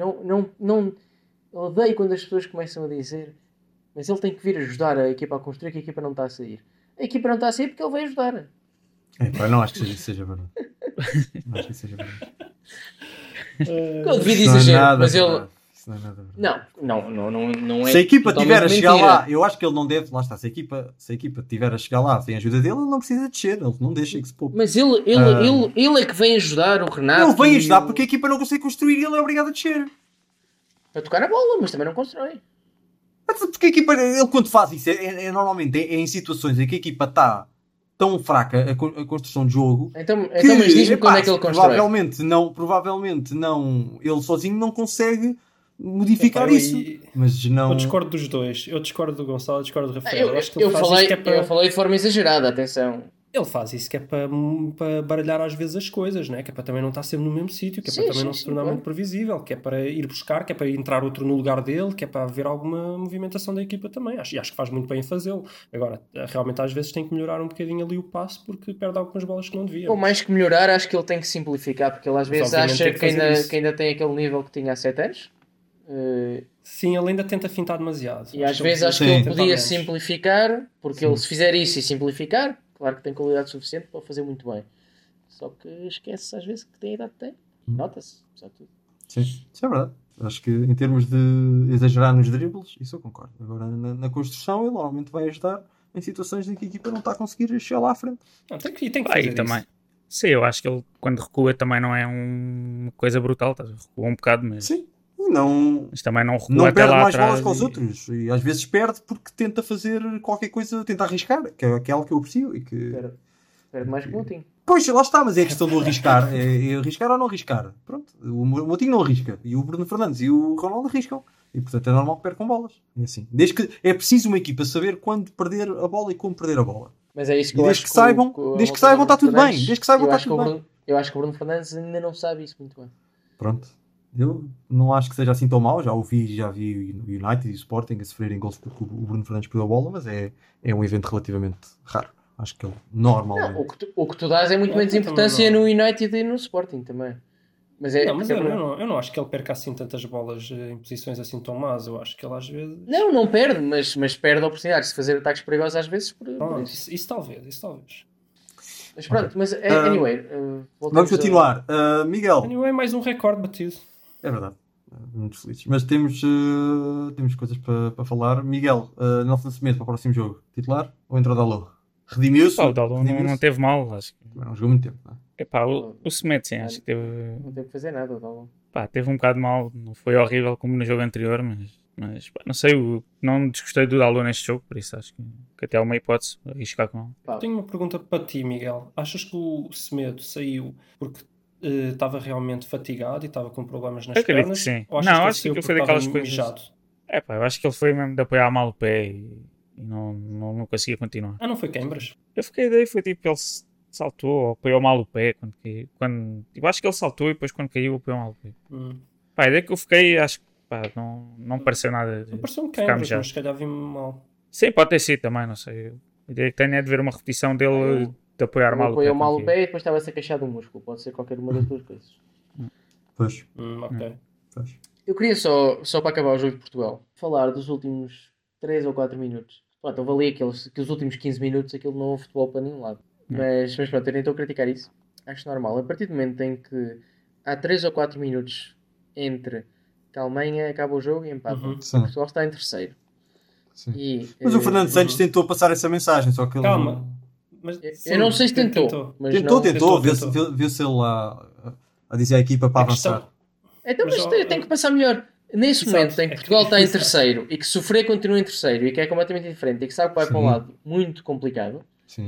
eu odeio quando as pessoas começam a dizer, mas ele tem que vir ajudar a equipa a construir, que a equipa não está a sair. A equipa não está a sair porque ele vai ajudar. Não acho que seja verdade. Não acho que seja verdade. Eu devia Isso não é exagero, nada mas ele. verdade. Isso não é nada verdade. Não é. Se a equipa totalmente tiver a chegar mentira. lá, eu acho que ele não deve. Lá está, se a equipa tiver a chegar lá sem a ajuda dele, ele não precisa descer. Ele não deixa que se poupe. Mas ele é que vem ajudar o Renato. Ele vem ajudar porque a equipa não consegue construir e ele é obrigado a descer. Para tocar a bola, mas também não constrói. Mas porque a equipa, ele quando faz isso, normalmente é em situações em que a equipa está tão fraca a construção de jogo. Então mas diz-me quando é que ele constrói. Provavelmente não. Ele sozinho não consegue modificar isso. Mas não. Eu discordo dos dois. Eu discordo do Gonçalo, eu discordo do Rafael. Eu falei de forma exagerada, atenção. Ele faz isso que é para baralhar às vezes as coisas, né? Que é para também não estar sempre no mesmo sítio, que é para também não se tornar muito previsível, que é para ir buscar, que é para entrar outro no lugar dele, que é para haver alguma movimentação da equipa também. Acho que faz muito bem em fazê-lo. Agora, realmente às vezes tem que melhorar um bocadinho ali o passo porque perde algumas bolas que não devia. Ou mais que melhorar, acho que ele tem que simplificar, porque ele às vezes acha que ainda tem aquele nível que tinha há 7 anos. Sim, ele ainda tenta fintar demasiado. E às vezes acho que ele podia simplificar, porque ele se fizer isso e simplificar, claro que tem qualidade suficiente para fazer muito bem. Só que esquece às vezes que tem a idade que tem. Nota-se, apesar de tudo. Sim, isso é verdade. Acho que em termos de exagerar nos dribles, isso eu concordo. Agora na construção ele normalmente vai ajudar em situações em que a equipa não está a conseguir chegar lá à frente. Não, tem que fazer isso. Também. Sim, eu acho que ele quando recua também não é uma coisa brutal. Recua um bocado mesmo. Sim. Não, mas também não recua não até perde lá mais atrás bolas com os outros. E às vezes perde porque tenta fazer qualquer coisa, tenta arriscar, que é aquela que eu aprecio. E que... Perde mais que o Moutinho. Pois, lá está, mas é a questão do arriscar. É arriscar ou não arriscar. Pronto, o Moutinho não arrisca. E o Bruno Fernandes e o Ronaldo arriscam. E portanto é normal que percam bolas. É assim. Desde que é preciso uma equipa saber quando perder a bola e como perder a bola. Mas é isso que eu acho que saibam, desde que saibam está tudo bem. Desde que saibam está tudo bem. Eu acho que o Bruno Fernandes ainda não sabe isso muito bem. Pronto. Eu não acho que seja assim tão mau. Já vi o United e o Sporting a sofrerem gols porque o Bruno Fernandes perdeu a bola, mas é um evento relativamente raro. Acho que ele normalmente... Não, o que tu dás é muito menos importância no United e no Sporting também. Mas eu não acho que ele perca assim tantas bolas em posições assim tão más. Eu acho que ele às vezes... Não perde, mas perde oportunidades de fazer ataques perigosos às vezes por isso. Isso talvez. Mas pronto, mas anyway... vamos continuar. Miguel. Anyway, mais um recorde batido. É verdade. Muito felizes. Mas temos coisas para falar. Miguel, Nelson Semedo para o próximo jogo. Titular ou entrou Dalot? Redimiu-se? O Dalot não teve mal, acho que... Não jogou muito tempo, não é? O Semedo, sim, acho que teve... Não teve que fazer nada, o Dalot. Teve um bocado mal. Não foi horrível como no jogo anterior, mas não sei, não desgostei do Dalot neste jogo, por isso acho que até há uma hipótese arriscar com ele. Tenho uma pergunta para ti, Miguel. Achas que o Semedo saiu porque estava realmente fatigado e estava com problemas nas pernas? Que sim. Ou acho que ele foi daquelas coisas... eu acho que ele foi mesmo de apoiar mal o pé e não conseguia continuar. Não foi queimbras? Eu fiquei daí, foi tipo, ele saltou ou apoiou mal o pé eu acho que ele saltou e depois quando caiu apoiou mal o pé. Daí que eu fiquei, acho que não pareceu nada. Não pareceu queimbras, mas se calhar vi mal. Sim, pode ter sido também, não sei. A ideia que tenho é de ver uma repetição dele de apoiar mal o pé. Apoiou mal o pé e depois estava-se a queixar do músculo. Pode ser qualquer uma das duas coisas. Pois. Ok. Pois. Eu queria só para acabar o jogo de Portugal, falar dos últimos 3 ou 4 minutos. Pronto, eu avaliei que os últimos 15 minutos aquilo não houve futebol para nenhum lado. Mas pronto, eu nem estou a criticar isso. Acho normal. A partir do momento em que há 3 ou 4 minutos entre que a Alemanha acaba o jogo e empata, Portugal está em terceiro. Mas o Fernando Santos tentou passar essa mensagem, só que ele... Calma. Mas, eu não sei se tentou. Mas tentou. Viu-se ele lá a dizer à equipa para avançar. Então, mas tem que passar melhor. Nesse momento em que Portugal está em terceiro e que sofrer continua em terceiro e que é completamente diferente e que sabe que vai para um lado muito complicado,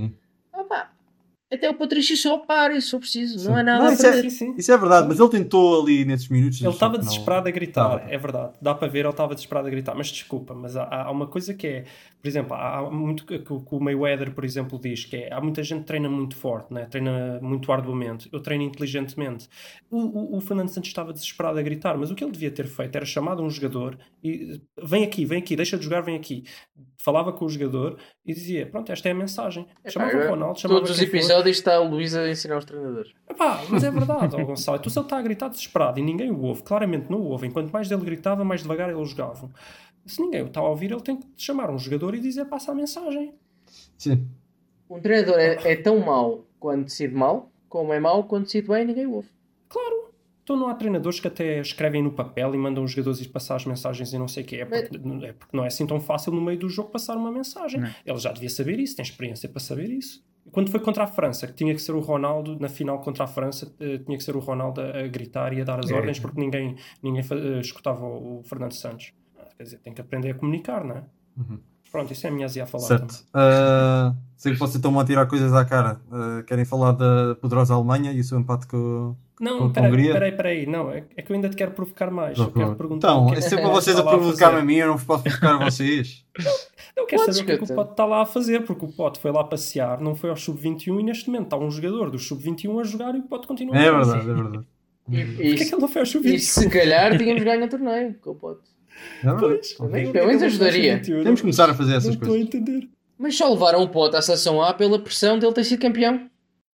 até o Patrício só para, se for preciso, não há nada a perder. Isso é verdade, mas ele tentou ali nesses minutos. Ele estava desesperado a gritar, é verdade. Dá para ver, ele estava desesperado a gritar. Mas desculpa, mas há uma coisa que é, por exemplo, há muito que o Mayweather, por exemplo, diz que há muita gente que treina muito forte, né? Treina muito arduamente. Eu treino inteligentemente. O Fernando Santos estava desesperado a gritar, mas o que ele devia ter feito era chamado um jogador e vem aqui, deixa de jogar, vem aqui. Falava com o jogador e dizia, pronto, esta é a mensagem. Chamava o Ronaldo, chamava todos os episódios está o Luís a ensinar os treinadores. Mas é verdade, Gonçalo. Então se ele está a gritar desesperado e ninguém o ouve, claramente não o ouve, enquanto mais dele gritava, mais devagar eles jogavam. Se ninguém o está a ouvir, ele tem que chamar um jogador e dizer, passa a mensagem. Sim. Um treinador é tão mau quando decide mal, como é mau, quando se bem, ninguém ouve. Claro. Então não há treinadores que até escrevem no papel e mandam os jogadores ir passar as mensagens e não sei o quê. É porque não é assim tão fácil no meio do jogo passar uma mensagem. Não. Ele já devia saber isso, tem experiência para saber isso. Quando foi contra a França, que tinha que ser o Ronaldo, na final contra a França, tinha que ser o Ronaldo a gritar e a dar as ordens, porque ninguém escutava o Fernando Santos. Quer dizer, tem que aprender a comunicar, não é? Pronto, isso é a minha Ásia a falar certo. também. Sei que vocês estão a tirar coisas à cara. Querem falar da poderosa Alemanha e o seu empate com a Hungria? Peraí. Não, é que eu ainda te quero provocar mais. Eu quero perguntar então, é sempre vocês a provocar-me a mim, eu não vos posso provocar a vocês. Eu quero saber o que o Pote está lá a fazer, porque o Pote foi lá passear, não foi ao Sub-21 e neste momento está um jogador do Sub-21 a jogar e o Pote continua a jogar. É verdade. Porquê é que ele não foi ao Sub-21? E se calhar tínhamos ganho o torneio com o Pote. Pois, pelo menos ajudaria. Temos que começar a fazer essas coisas. Estou a entender. Mas só levaram o Pote à seleção A pela pressão dele ter sido campeão.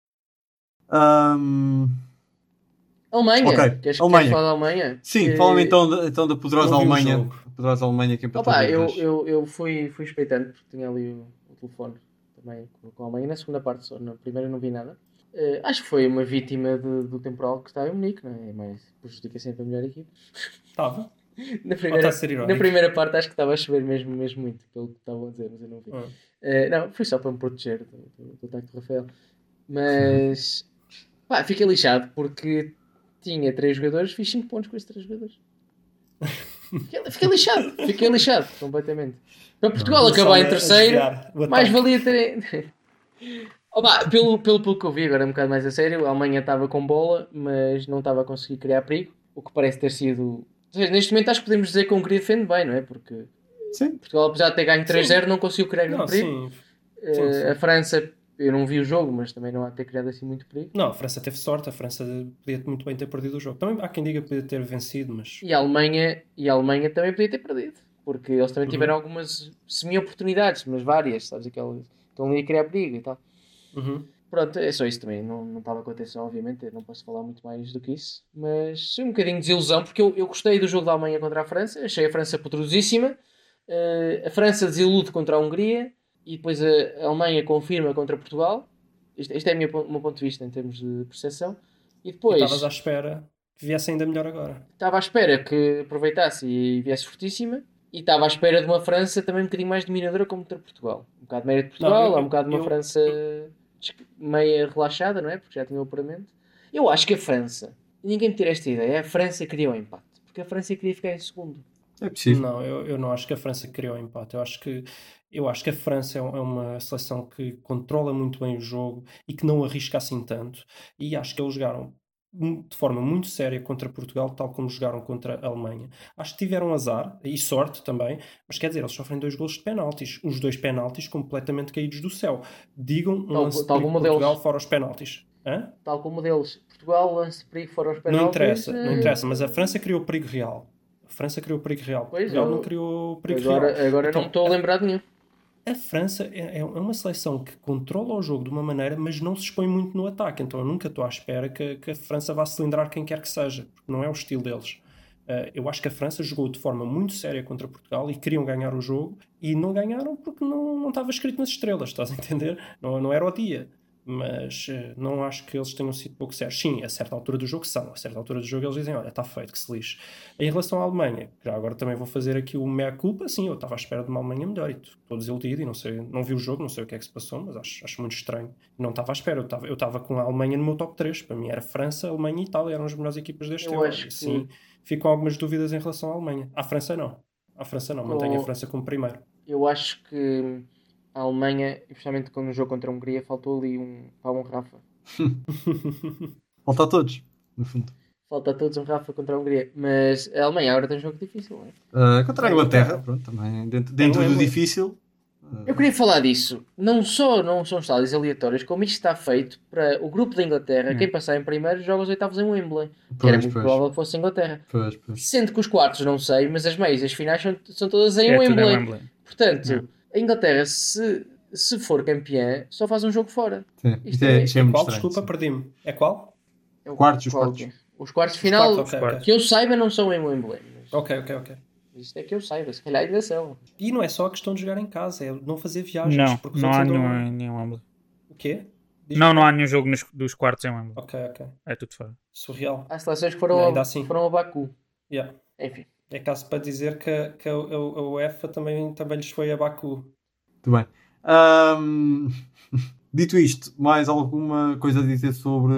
Alemanha. Okay. Queres falar da Alemanha? Sim, fala-me então da poderosa Alemanha. A poderosa Alemanha que empatou. Eu fui expectante porque tinha ali o telefone também com a Alemanha. Na segunda parte só, na primeira não vi nada. Acho que foi uma vítima do temporal que está em Munique, não é? Mas prejudica sempre a melhor equipe. Estava. Na primeira parte acho que estava a chover mesmo muito, pelo que estavam a dizer, mas eu não vi. Não, foi só para me proteger do ataque do Rafael. Mas fiquei lixado porque tinha 3 jogadores, fiz 5 pontos com esses 3 jogadores. Fiquei lixado completamente. Para Portugal acabar em terceiro, mais valia ter. Pelo que eu vi, agora um bocado mais a sério, a Alemanha estava com bola, mas não estava a conseguir criar perigo, o que parece ter sido. Neste momento acho que podemos dizer que a Hungria defende bem, não é? Porque Portugal, apesar de ter ganho 3-0, não conseguiu criar nenhum perigo. Sim. A França, eu não vi o jogo, mas também não há de ter criado assim muito perigo. Não, a França teve sorte, a França podia muito bem ter perdido o jogo. Também há quem diga que podia ter vencido, mas... E a Alemanha também podia ter perdido, porque eles também tiveram algumas semi-oportunidades, mas várias, sabes? Estão ali a criar perigo e tal. Pronto, é só isso também. Não estava com atenção, obviamente. Eu não posso falar muito mais do que isso. Mas foi um bocadinho de desilusão, porque eu gostei do jogo da Alemanha contra a França. Achei a França poderosíssima. A França desilude contra a Hungria. E depois a Alemanha confirma contra Portugal. Este é o meu ponto de vista em termos de percepção. E depois... Estavas à espera que viesse ainda melhor agora. Estava à espera que aproveitasse e viesse fortíssima. E estava à espera de uma França também um bocadinho mais dominadora como contra Portugal. Um bocado meia de Portugal, um bocado de uma França... meia relaxada, não é? Porque já tinha o apuramento. Eu acho que a França, ninguém me tira esta ideia, a França criou um empate, porque a França queria ficar em segundo. É possível. Não, eu não acho que a França criou um empate. Eu acho que a França é uma seleção que controla muito bem o jogo e que não arrisca assim tanto. E acho que eles jogaram de forma muito séria contra Portugal, tal como jogaram contra a Alemanha. Acho que tiveram azar e sorte também, mas quer dizer, eles sofrem 2 golos de penaltis, os 2 penaltis completamente caídos do céu. Digam um lance de perigo Portugal fora os penaltis. Hã? Tal como o deles. Portugal, lance de perigo fora os penaltis. Não interessa, mas a França criou perigo real. Portugal não criou perigo real. Agora então, não me estou a lembrar de nenhum. A França é uma seleção que controla o jogo de uma maneira, mas não se expõe muito no ataque. Então eu nunca estou à espera que a França vá cilindrar quem quer que seja, porque não é o estilo deles. Eu acho que a França jogou de forma muito séria contra Portugal e queriam ganhar o jogo e não ganharam porque não estava escrito nas estrelas, estás a entender? Não era o dia. Mas não acho que eles tenham sido pouco sérios. Sim, a certa altura do jogo são. A certa altura do jogo eles dizem, olha, está feito, que se lixe. Em relação à Alemanha, já agora também vou fazer aqui o meia-culpa. Sim, eu estava à espera de uma Alemanha melhor e estou desiludido e não vi o jogo, não sei o que é que se passou, mas acho muito estranho. Não estava à espera, eu estava com a Alemanha no meu top 3. Para mim era França, Alemanha e Itália, eram as melhores equipas deste ano. E sim, fico com algumas dúvidas em relação à Alemanha. À França não, mantenho a França como primeiro. Eu acho que a Alemanha, especialmente no jogo contra a Hungria, faltou ali um Rafa. Falta a todos, no fundo. Falta a todos um Rafa contra a Hungria. Mas a Alemanha agora tem um jogo difícil, não é? Contra a Inglaterra, pronto, também dentro do difícil. Eu queria falar disso. Não são estádios aleatórios, como isto está feito para o grupo da Inglaterra, quem passar em primeiro joga os oitavos em Wembley. Que era muito provável que fosse a Inglaterra. Sendo que os quartos não sei, mas as meias e as finais são todas em Wembley. Portanto... A Inglaterra, se for campeã, só faz um jogo fora. Sim. Isto é muito qual? Estranho, desculpa, perdi-me. É qual? É quartos. Os quartos de final, okay. que eu saiba, não são em Wembley. Ok. Isto é que eu saiba, se calhar ainda são. E não é só a questão de jogar em casa, é não fazer viagens. Não há nenhum Wembley. O quê? Não há nenhum jogo dos quartos em Wembley. Ok. É tudo fora. Surreal. Há seleções que foram a Baku. Yeah. Enfim. É caso para dizer que a UEFA também lhes foi a Baku. Muito bem. Dito isto, mais alguma coisa a dizer sobre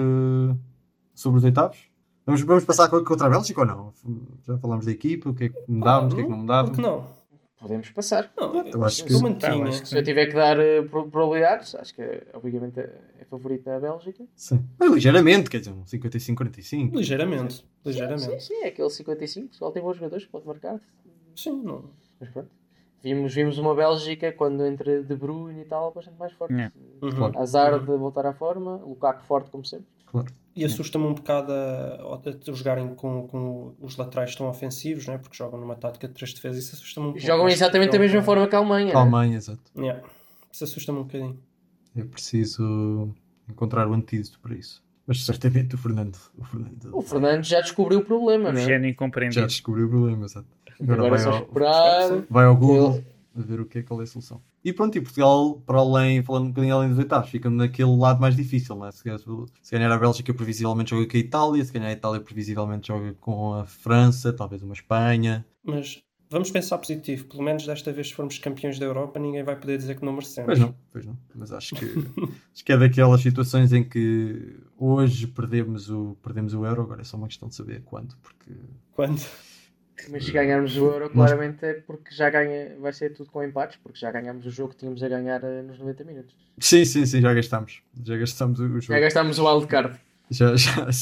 os oitavos? Vamos passar contra a Bélgica ou não? Já falámos da equipa, o que é que mudámos, o que é que não mudávamos? Por que não? Podemos passar. Não, eu acho que se eu tiver que dar probabilidades, acho que obviamente é favorita a Bélgica. Sim. Mas ligeiramente, quer dizer, um 55-45. Ligeiramente. Sim, é aquele 55, só tem bons jogadores, pode marcar. Sim, não. Mas pronto. Vimos uma Bélgica quando entre De Bruyne e tal, bastante mais forte. Claro. Azar de voltar à forma, Lukaku forte como sempre. Claro. E assusta-me um bocado a jogarem com os laterais tão ofensivos, né? Porque jogam numa tática de 3 defesas. Isso assusta-me um pouco. Jogam exatamente da mesma forma que a Alemanha. A Alemanha, exato. Yeah. Isso assusta-me um bocadinho. É preciso encontrar o antídoto para isso. Mas certamente o Fernando já descobriu o problema, não é? Gênio incompreendido. Já descobriu o problema, exato. Agora é só esperar. Vai ao Google a ver qual é a solução. E pronto, e Portugal, para além, falando um bocadinho além dos oitavos, fica naquele lado mais difícil, não é? Se ganhar a Bélgica, previsivelmente joga com a Itália, se ganhar a Itália, previsivelmente joga com a França, talvez uma Espanha. Mas vamos pensar positivo, pelo menos desta vez, se formos campeões da Europa, ninguém vai poder dizer que não merecemos. Pois não. Mas acho que é daquelas situações em que hoje perdemos o Euro, agora é só uma questão de saber quando, porque... Quando? Mas se ganharmos o Euro, claramente é porque vai ser tudo com empates, porque já ganhámos o jogo que tínhamos a ganhar nos 90 minutos. Sim, já gastámos o jogo. Já gastámos o wildcard. Já.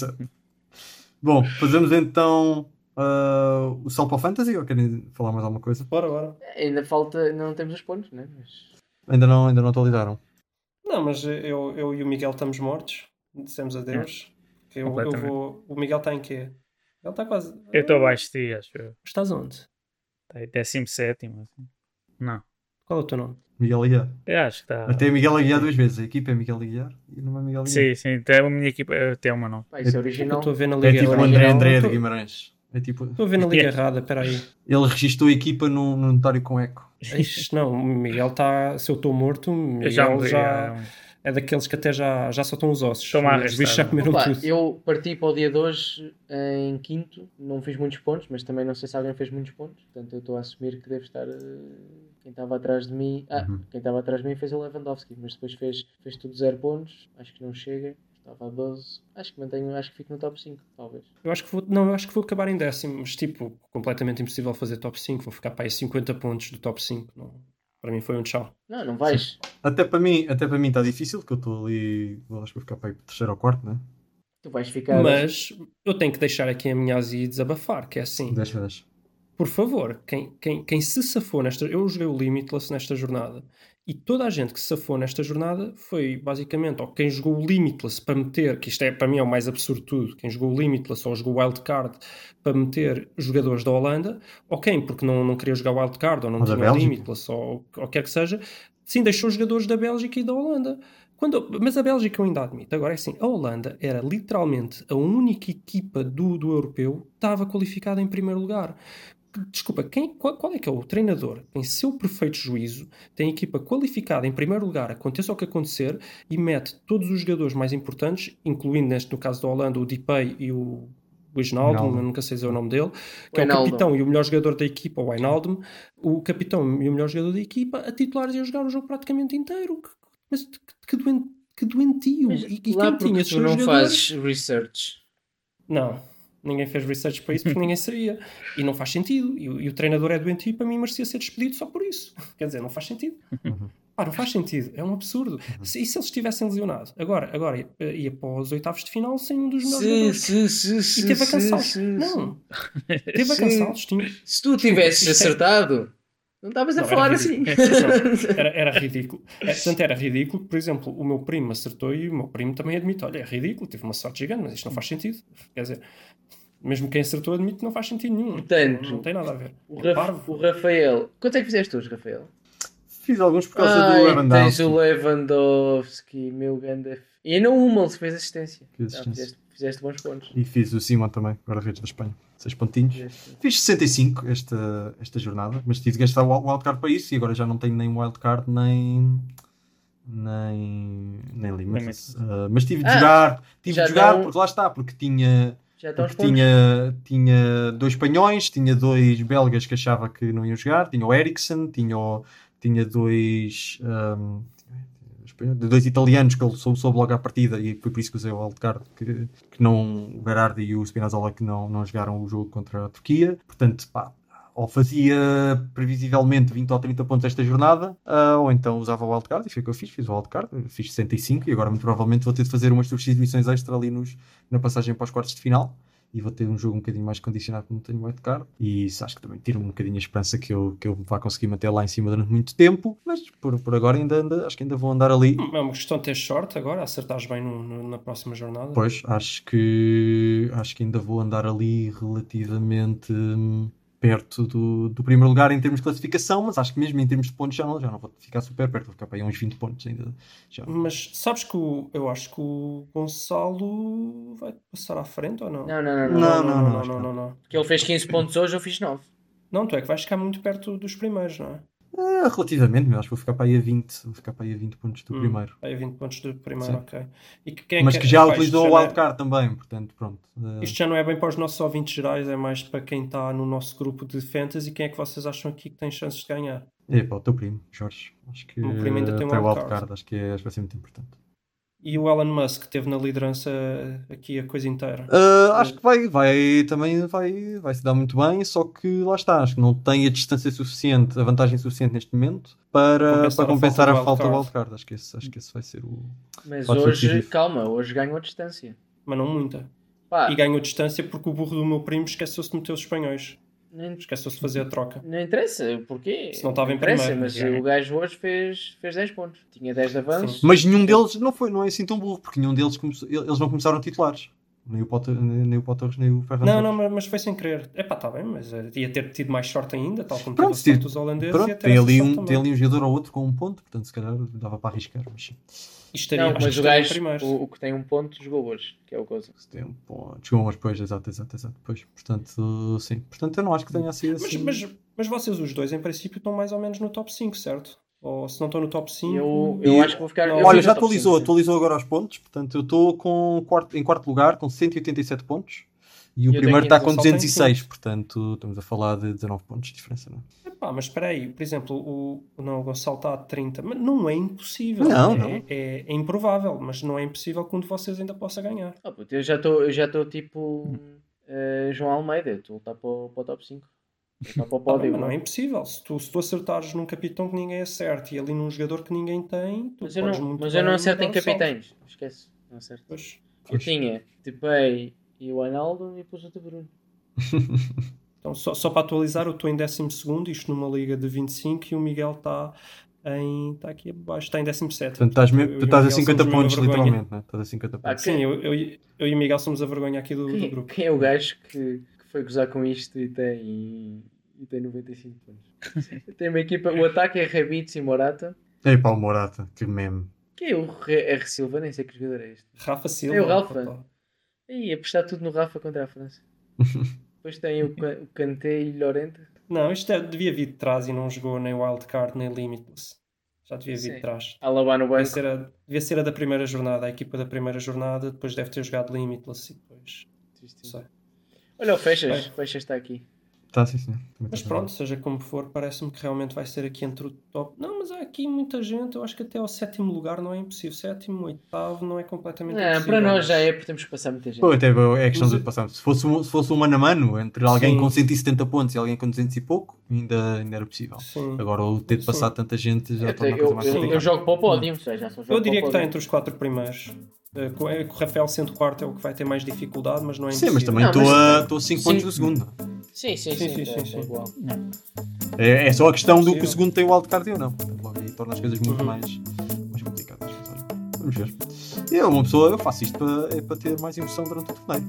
Bom, fazemos então o salto ao Fantasy, ou querem falar mais alguma coisa? Bora. Ainda não temos os pontos, né? Mas... Ainda não atualizaram. Não, mas eu e o Miguel estamos mortos. Dissemos adeus. O Miguel está em quê? Ele está quase... Eu estou abaixo de ti, acho eu. Estás onde? Está em 17º, assim. Não. Qual é o teu nome? Miguel Aguiar. Eu acho que está... Até é Miguel Aguiar 2 vezes. A equipa é Miguel Aguiar e não é Miguel Aguiar. Sim. Até a minha equipa tem uma não. Isso é original. Estou a ver na Liga... É tipo o André de Guimarães. Estou a ver na Liga errada, espera aí. Ele registou a equipa no notário com eco. Não, o Miguel está... Se eu estou morto, Miguel já... É daqueles que até já soltam os ossos. Os bichos já comeram tudo. Eu parti para o dia de hoje em quinto. Não fiz muitos pontos, mas também não sei se alguém fez muitos pontos. Portanto, eu estou a assumir que deve estar... Quem estava atrás de mim... Quem estava atrás de mim fez o Lewandowski, mas depois fez tudo 0 pontos. Acho que não chega. Estava a 12. Acho que fico no top 5, talvez. Eu acho que vou acabar em 10º, mas tipo, completamente impossível fazer top 5. Vou ficar para aí 50 pontos do top 5. Não. Para mim foi um tchau. Não vais. Sim. Até para mim está difícil, porque eu estou ali... Acho que vou ficar para aí 3º ou 4º, não é? Tu vais ficar... Mas eu tenho que deixar aqui a minha azia e desabafar, que é assim... Deixa. Por favor, quem se safou nesta... Eu joguei o Limitless nesta jornada. E toda a gente que se safou nesta jornada foi basicamente... Ou quem jogou o Limitless para meter... Que isto é, para mim é o mais absurdo de tudo. Quem jogou o Limitless ou jogou o Wildcard para meter jogadores da Holanda. Ou quem, porque não queria jogar o Wildcard ou não tinha o Limitless ou quer que seja... Sim, deixou jogadores da Bélgica e da Holanda. Mas a Bélgica eu ainda admito. Agora é assim, a Holanda era literalmente a única equipa do europeu que estava qualificada em primeiro lugar. Desculpa, qual é que é o treinador? Em seu perfeito juízo, tem a equipa qualificada em primeiro lugar, aconteça o que acontecer, e mete todos os jogadores mais importantes, incluindo no caso da Holanda, o Depay e o Wijnaldum, eu nunca sei dizer o nome dele, que é o capitão e o melhor jogador da equipa, o Wijnaldum, o capitão e o melhor jogador da equipa, a titulares e a jogar o jogo praticamente inteiro. Mas que doentio! Mas e quem tinha esses jogadores? Não fazes research? Não. Ninguém fez research para isso porque ninguém sabia. E não faz sentido. E o treinador é doentio e para mim merecia ser despedido só por isso. Quer dizer, não faz sentido. Não faz sentido. É um absurdo. E se eles tivessem lesionado? Agora ia para os oitavos de final sem um dos melhores jogadores. E teve a cansá-los. Não. Teve a cansá-los. Se tu tivesses acertado... Não estavas a falar assim. Era ridículo. Portanto, era ridículo. Por exemplo, o meu primo acertou e o meu primo também admite. Olha, é ridículo, tive uma sorte gigante, mas isto não faz sentido. Quer dizer, mesmo quem acertou admite que não faz sentido nenhum. Portanto, não tem nada a ver. O Rafael... Quanto é que fizeste hoje, Rafael? Fiz alguns por causa do Lewandowski. Tens o Lewandowski, meu grande... E não o Hummels fez assistência. Fizeste bons pontos. E fiz o Simon também, guarda-redes da Espanha. 6 pontinhos. Fiz 65 esta jornada, mas tive de gastar o wildcard para isso e agora já não tenho nem wildcard nem nem Limitless. Mas tive de jogar, porque lá está, porque tinha 2 espanhóis, tinha 2 belgas que achava que não iam jogar, tinha o Eriksen, tinha 2 italianos que ele soube logo à partida, e foi por isso que usei o wildcard, que não, o Berardi e o Spinazzola que não jogaram o jogo contra a Turquia. Portanto, ou fazia previsivelmente 20 ou 30 pontos esta jornada, ou então usava o wildcard, e foi o que eu fiz o wildcard, fiz 65, e agora muito provavelmente vou ter de fazer umas substituições extra ali na passagem para os quartos de final, e vou ter um jogo um bocadinho mais condicionado porque não tenho wildcard, e isso acho que também tira um bocadinho a esperança que eu vá conseguir manter lá em cima durante muito tempo, mas por agora acho que ainda vou andar ali. É uma questão de ter sorte agora, acertares bem na próxima jornada. Pois, acho que ainda vou andar ali relativamente perto do primeiro lugar em termos de classificação, mas acho que mesmo em termos de pontos já não vou ficar super perto, vou ficar para aí uns 20 pontos ainda. Já. Mas sabes que eu acho que o Gonçalo vai passar à frente ou não? Não. Porque ele fez 15 pontos hoje, eu fiz 9. Não, tu é que vais ficar muito perto dos primeiros, não é? Relativamente, mas acho que vou ficar para aí a 20 pontos do primeiro. Aí a 20 pontos do primeiro, sim. Ok. Mas que já utilizou o wildcard também, portanto, pronto. Isto já não é bem para os nossos ouvintes gerais, é mais para quem está no nosso grupo de fantasy. Quem é que vocês acham aqui que tem chances de ganhar? Para o teu primo, Jorge. Acho que o primo ainda tem o wildcard, acho que vai ser muito importante. E o Elon Musk teve na liderança aqui a coisa inteira? Acho que vai se dar muito bem, só que lá está, acho que não tem a distância suficiente, a vantagem suficiente neste momento para compensar a falta do wildcard. Acho que esse vai ser o... Mas hoje, calma, hoje ganhou a distância. Mas não muita. E ganhou distância porque o burro do meu primo esqueceu-se de meter os espanhóis. Esqueceu-se de fazer a troca. Não interessa, porquê? Se não estava em primeiro. Mas o gajo hoje fez 10 pontos. Tinha 10 de avanço. Mas nenhum deles não é assim tão burro, porque nenhum deles eles não começaram titulares. Nem o Potter, nem o Ferran. Não, mas foi sem querer. Está bem, mas ia ter tido mais sorte ainda, tal como teve a sorte dos holandeses. Pronto, tem ali um jogador ou outro com um ponto, portanto se calhar dava para arriscar. Mas o gajo, o que tem um ponto, jogou hoje, que é o coisa. Se tem um ponto, jogou umas depois, exato. Pois, portanto, sim. Portanto, eu não acho que tenha sido assim. Mas vocês os dois, em princípio, estão mais ou menos no top 5, certo? Ou se não estão no top 5... Eu acho que vou ficar... Olha, já atualizou agora os pontos, portanto, eu estou em quarto lugar, com 187 pontos. E o primeiro está com 206, portanto, estamos a falar de 19 pontos de diferença, não é? Mas espera aí, por exemplo, o Gonçalo está a 30, mas não é impossível. Não. É improvável, mas não é impossível que um de vocês ainda possa ganhar. Eu já estou tipo João Almeida, estou a lutar para o top 5. Para o pódio, mas não é impossível. Se tu acertares num capitão que ninguém acerte e ali num jogador que ninguém tem, mas eu não acerto em capitães. Esquece, não acerto. Eu tinha Depay e o Arnaldo e depois o De Bruyne. Então, só para atualizar, eu estou em 12º, isto numa liga de 25, e o Miguel está aqui abaixo, está em 17º. Portanto, tu estás a 50 pontos, literalmente, não é? Estás a 50 pontos. Sim, eu e o Miguel somos a vergonha aqui do grupo. Quem é o gajo que foi gozar com isto e tem 95 pontos? Tem uma equipa, o ataque é Rabitz e Morata. O Morata, que meme. Quem é o R. Silva? Nem sei que jogador é este. Rafa Silva. É o Rafa. Ia apostar tudo no Rafa contra a França. Depois tem o Kanté e Llorente. Não, isto devia vir de trás e não jogou nem Wildcard nem Limitless. Já devia vir de trás. Alaba no banco. Devia ser a da primeira jornada, a equipa da primeira jornada, depois deve ter jogado Limitless e depois... Sei. Olha o Fechas está aqui. Está, sim. Mas pronto, seja como for, parece-me que realmente vai ser aqui entre o top... Não, mas há aqui muita gente, eu acho que até ao 7º lugar não é impossível. 7º, 8º não é completamente impossível. Para nós já é, porque temos que passar muita gente. Até é a questão de passar. Se fosse um mano a mano, entre alguém com 170 pontos e alguém com 200 e pouco, ainda era possível. Sim. Agora o ter de passar tanta gente já torna a coisa mais complicada. Eu jogo para o pódio, eu diria que está entre os 4 primeiros. O Rafael sendo quarto é o que vai ter mais dificuldade, mas não é impossível. Sim, mas também estou a 5 pontos do segundo. Sim. É só a questão do que o segundo tem o wildcard e eu não. Logo aí torna as coisas muito mais complicadas. Vamos ver. Eu faço isto para ter mais emoção durante o torneio.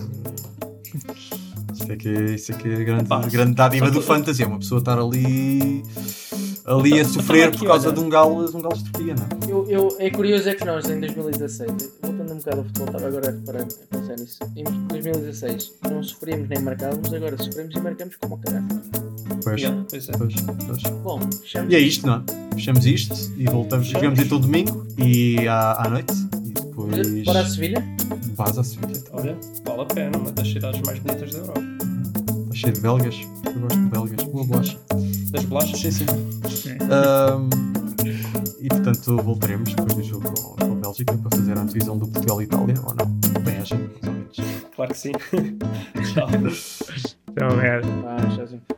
Isso é que é a grande dádiva do fantasy. É uma pessoa estar ali a sofrer por causa de um galo de Turquia, não é? É curioso que nós em 2016, voltando um bocado ao futebol, estava agora a pensar nisso. Em 2016 não sofríamos nem marcávamos, agora sofremos e marcamos como o caralho. Pois. Pois é. Pois. Bom, E é isto, não é? Fechamos isto e voltamos. Jogamos então domingo e à noite. E depois. Bora a Sevilha? Vais à Sevilha. Olha, vale a pena, uma das cidades mais bonitas da Europa. Está cheio de belgas. Eu gosto de belgas. Boa bolacha. Das bolachas? Sim. E portanto voltaremos depois do jogo com a Bélgica para fazer a antevisão do Portugal e Itália, ou não? Bem, acho mais ou menos. Claro que sim. Tchau. Então, Tchauzinho.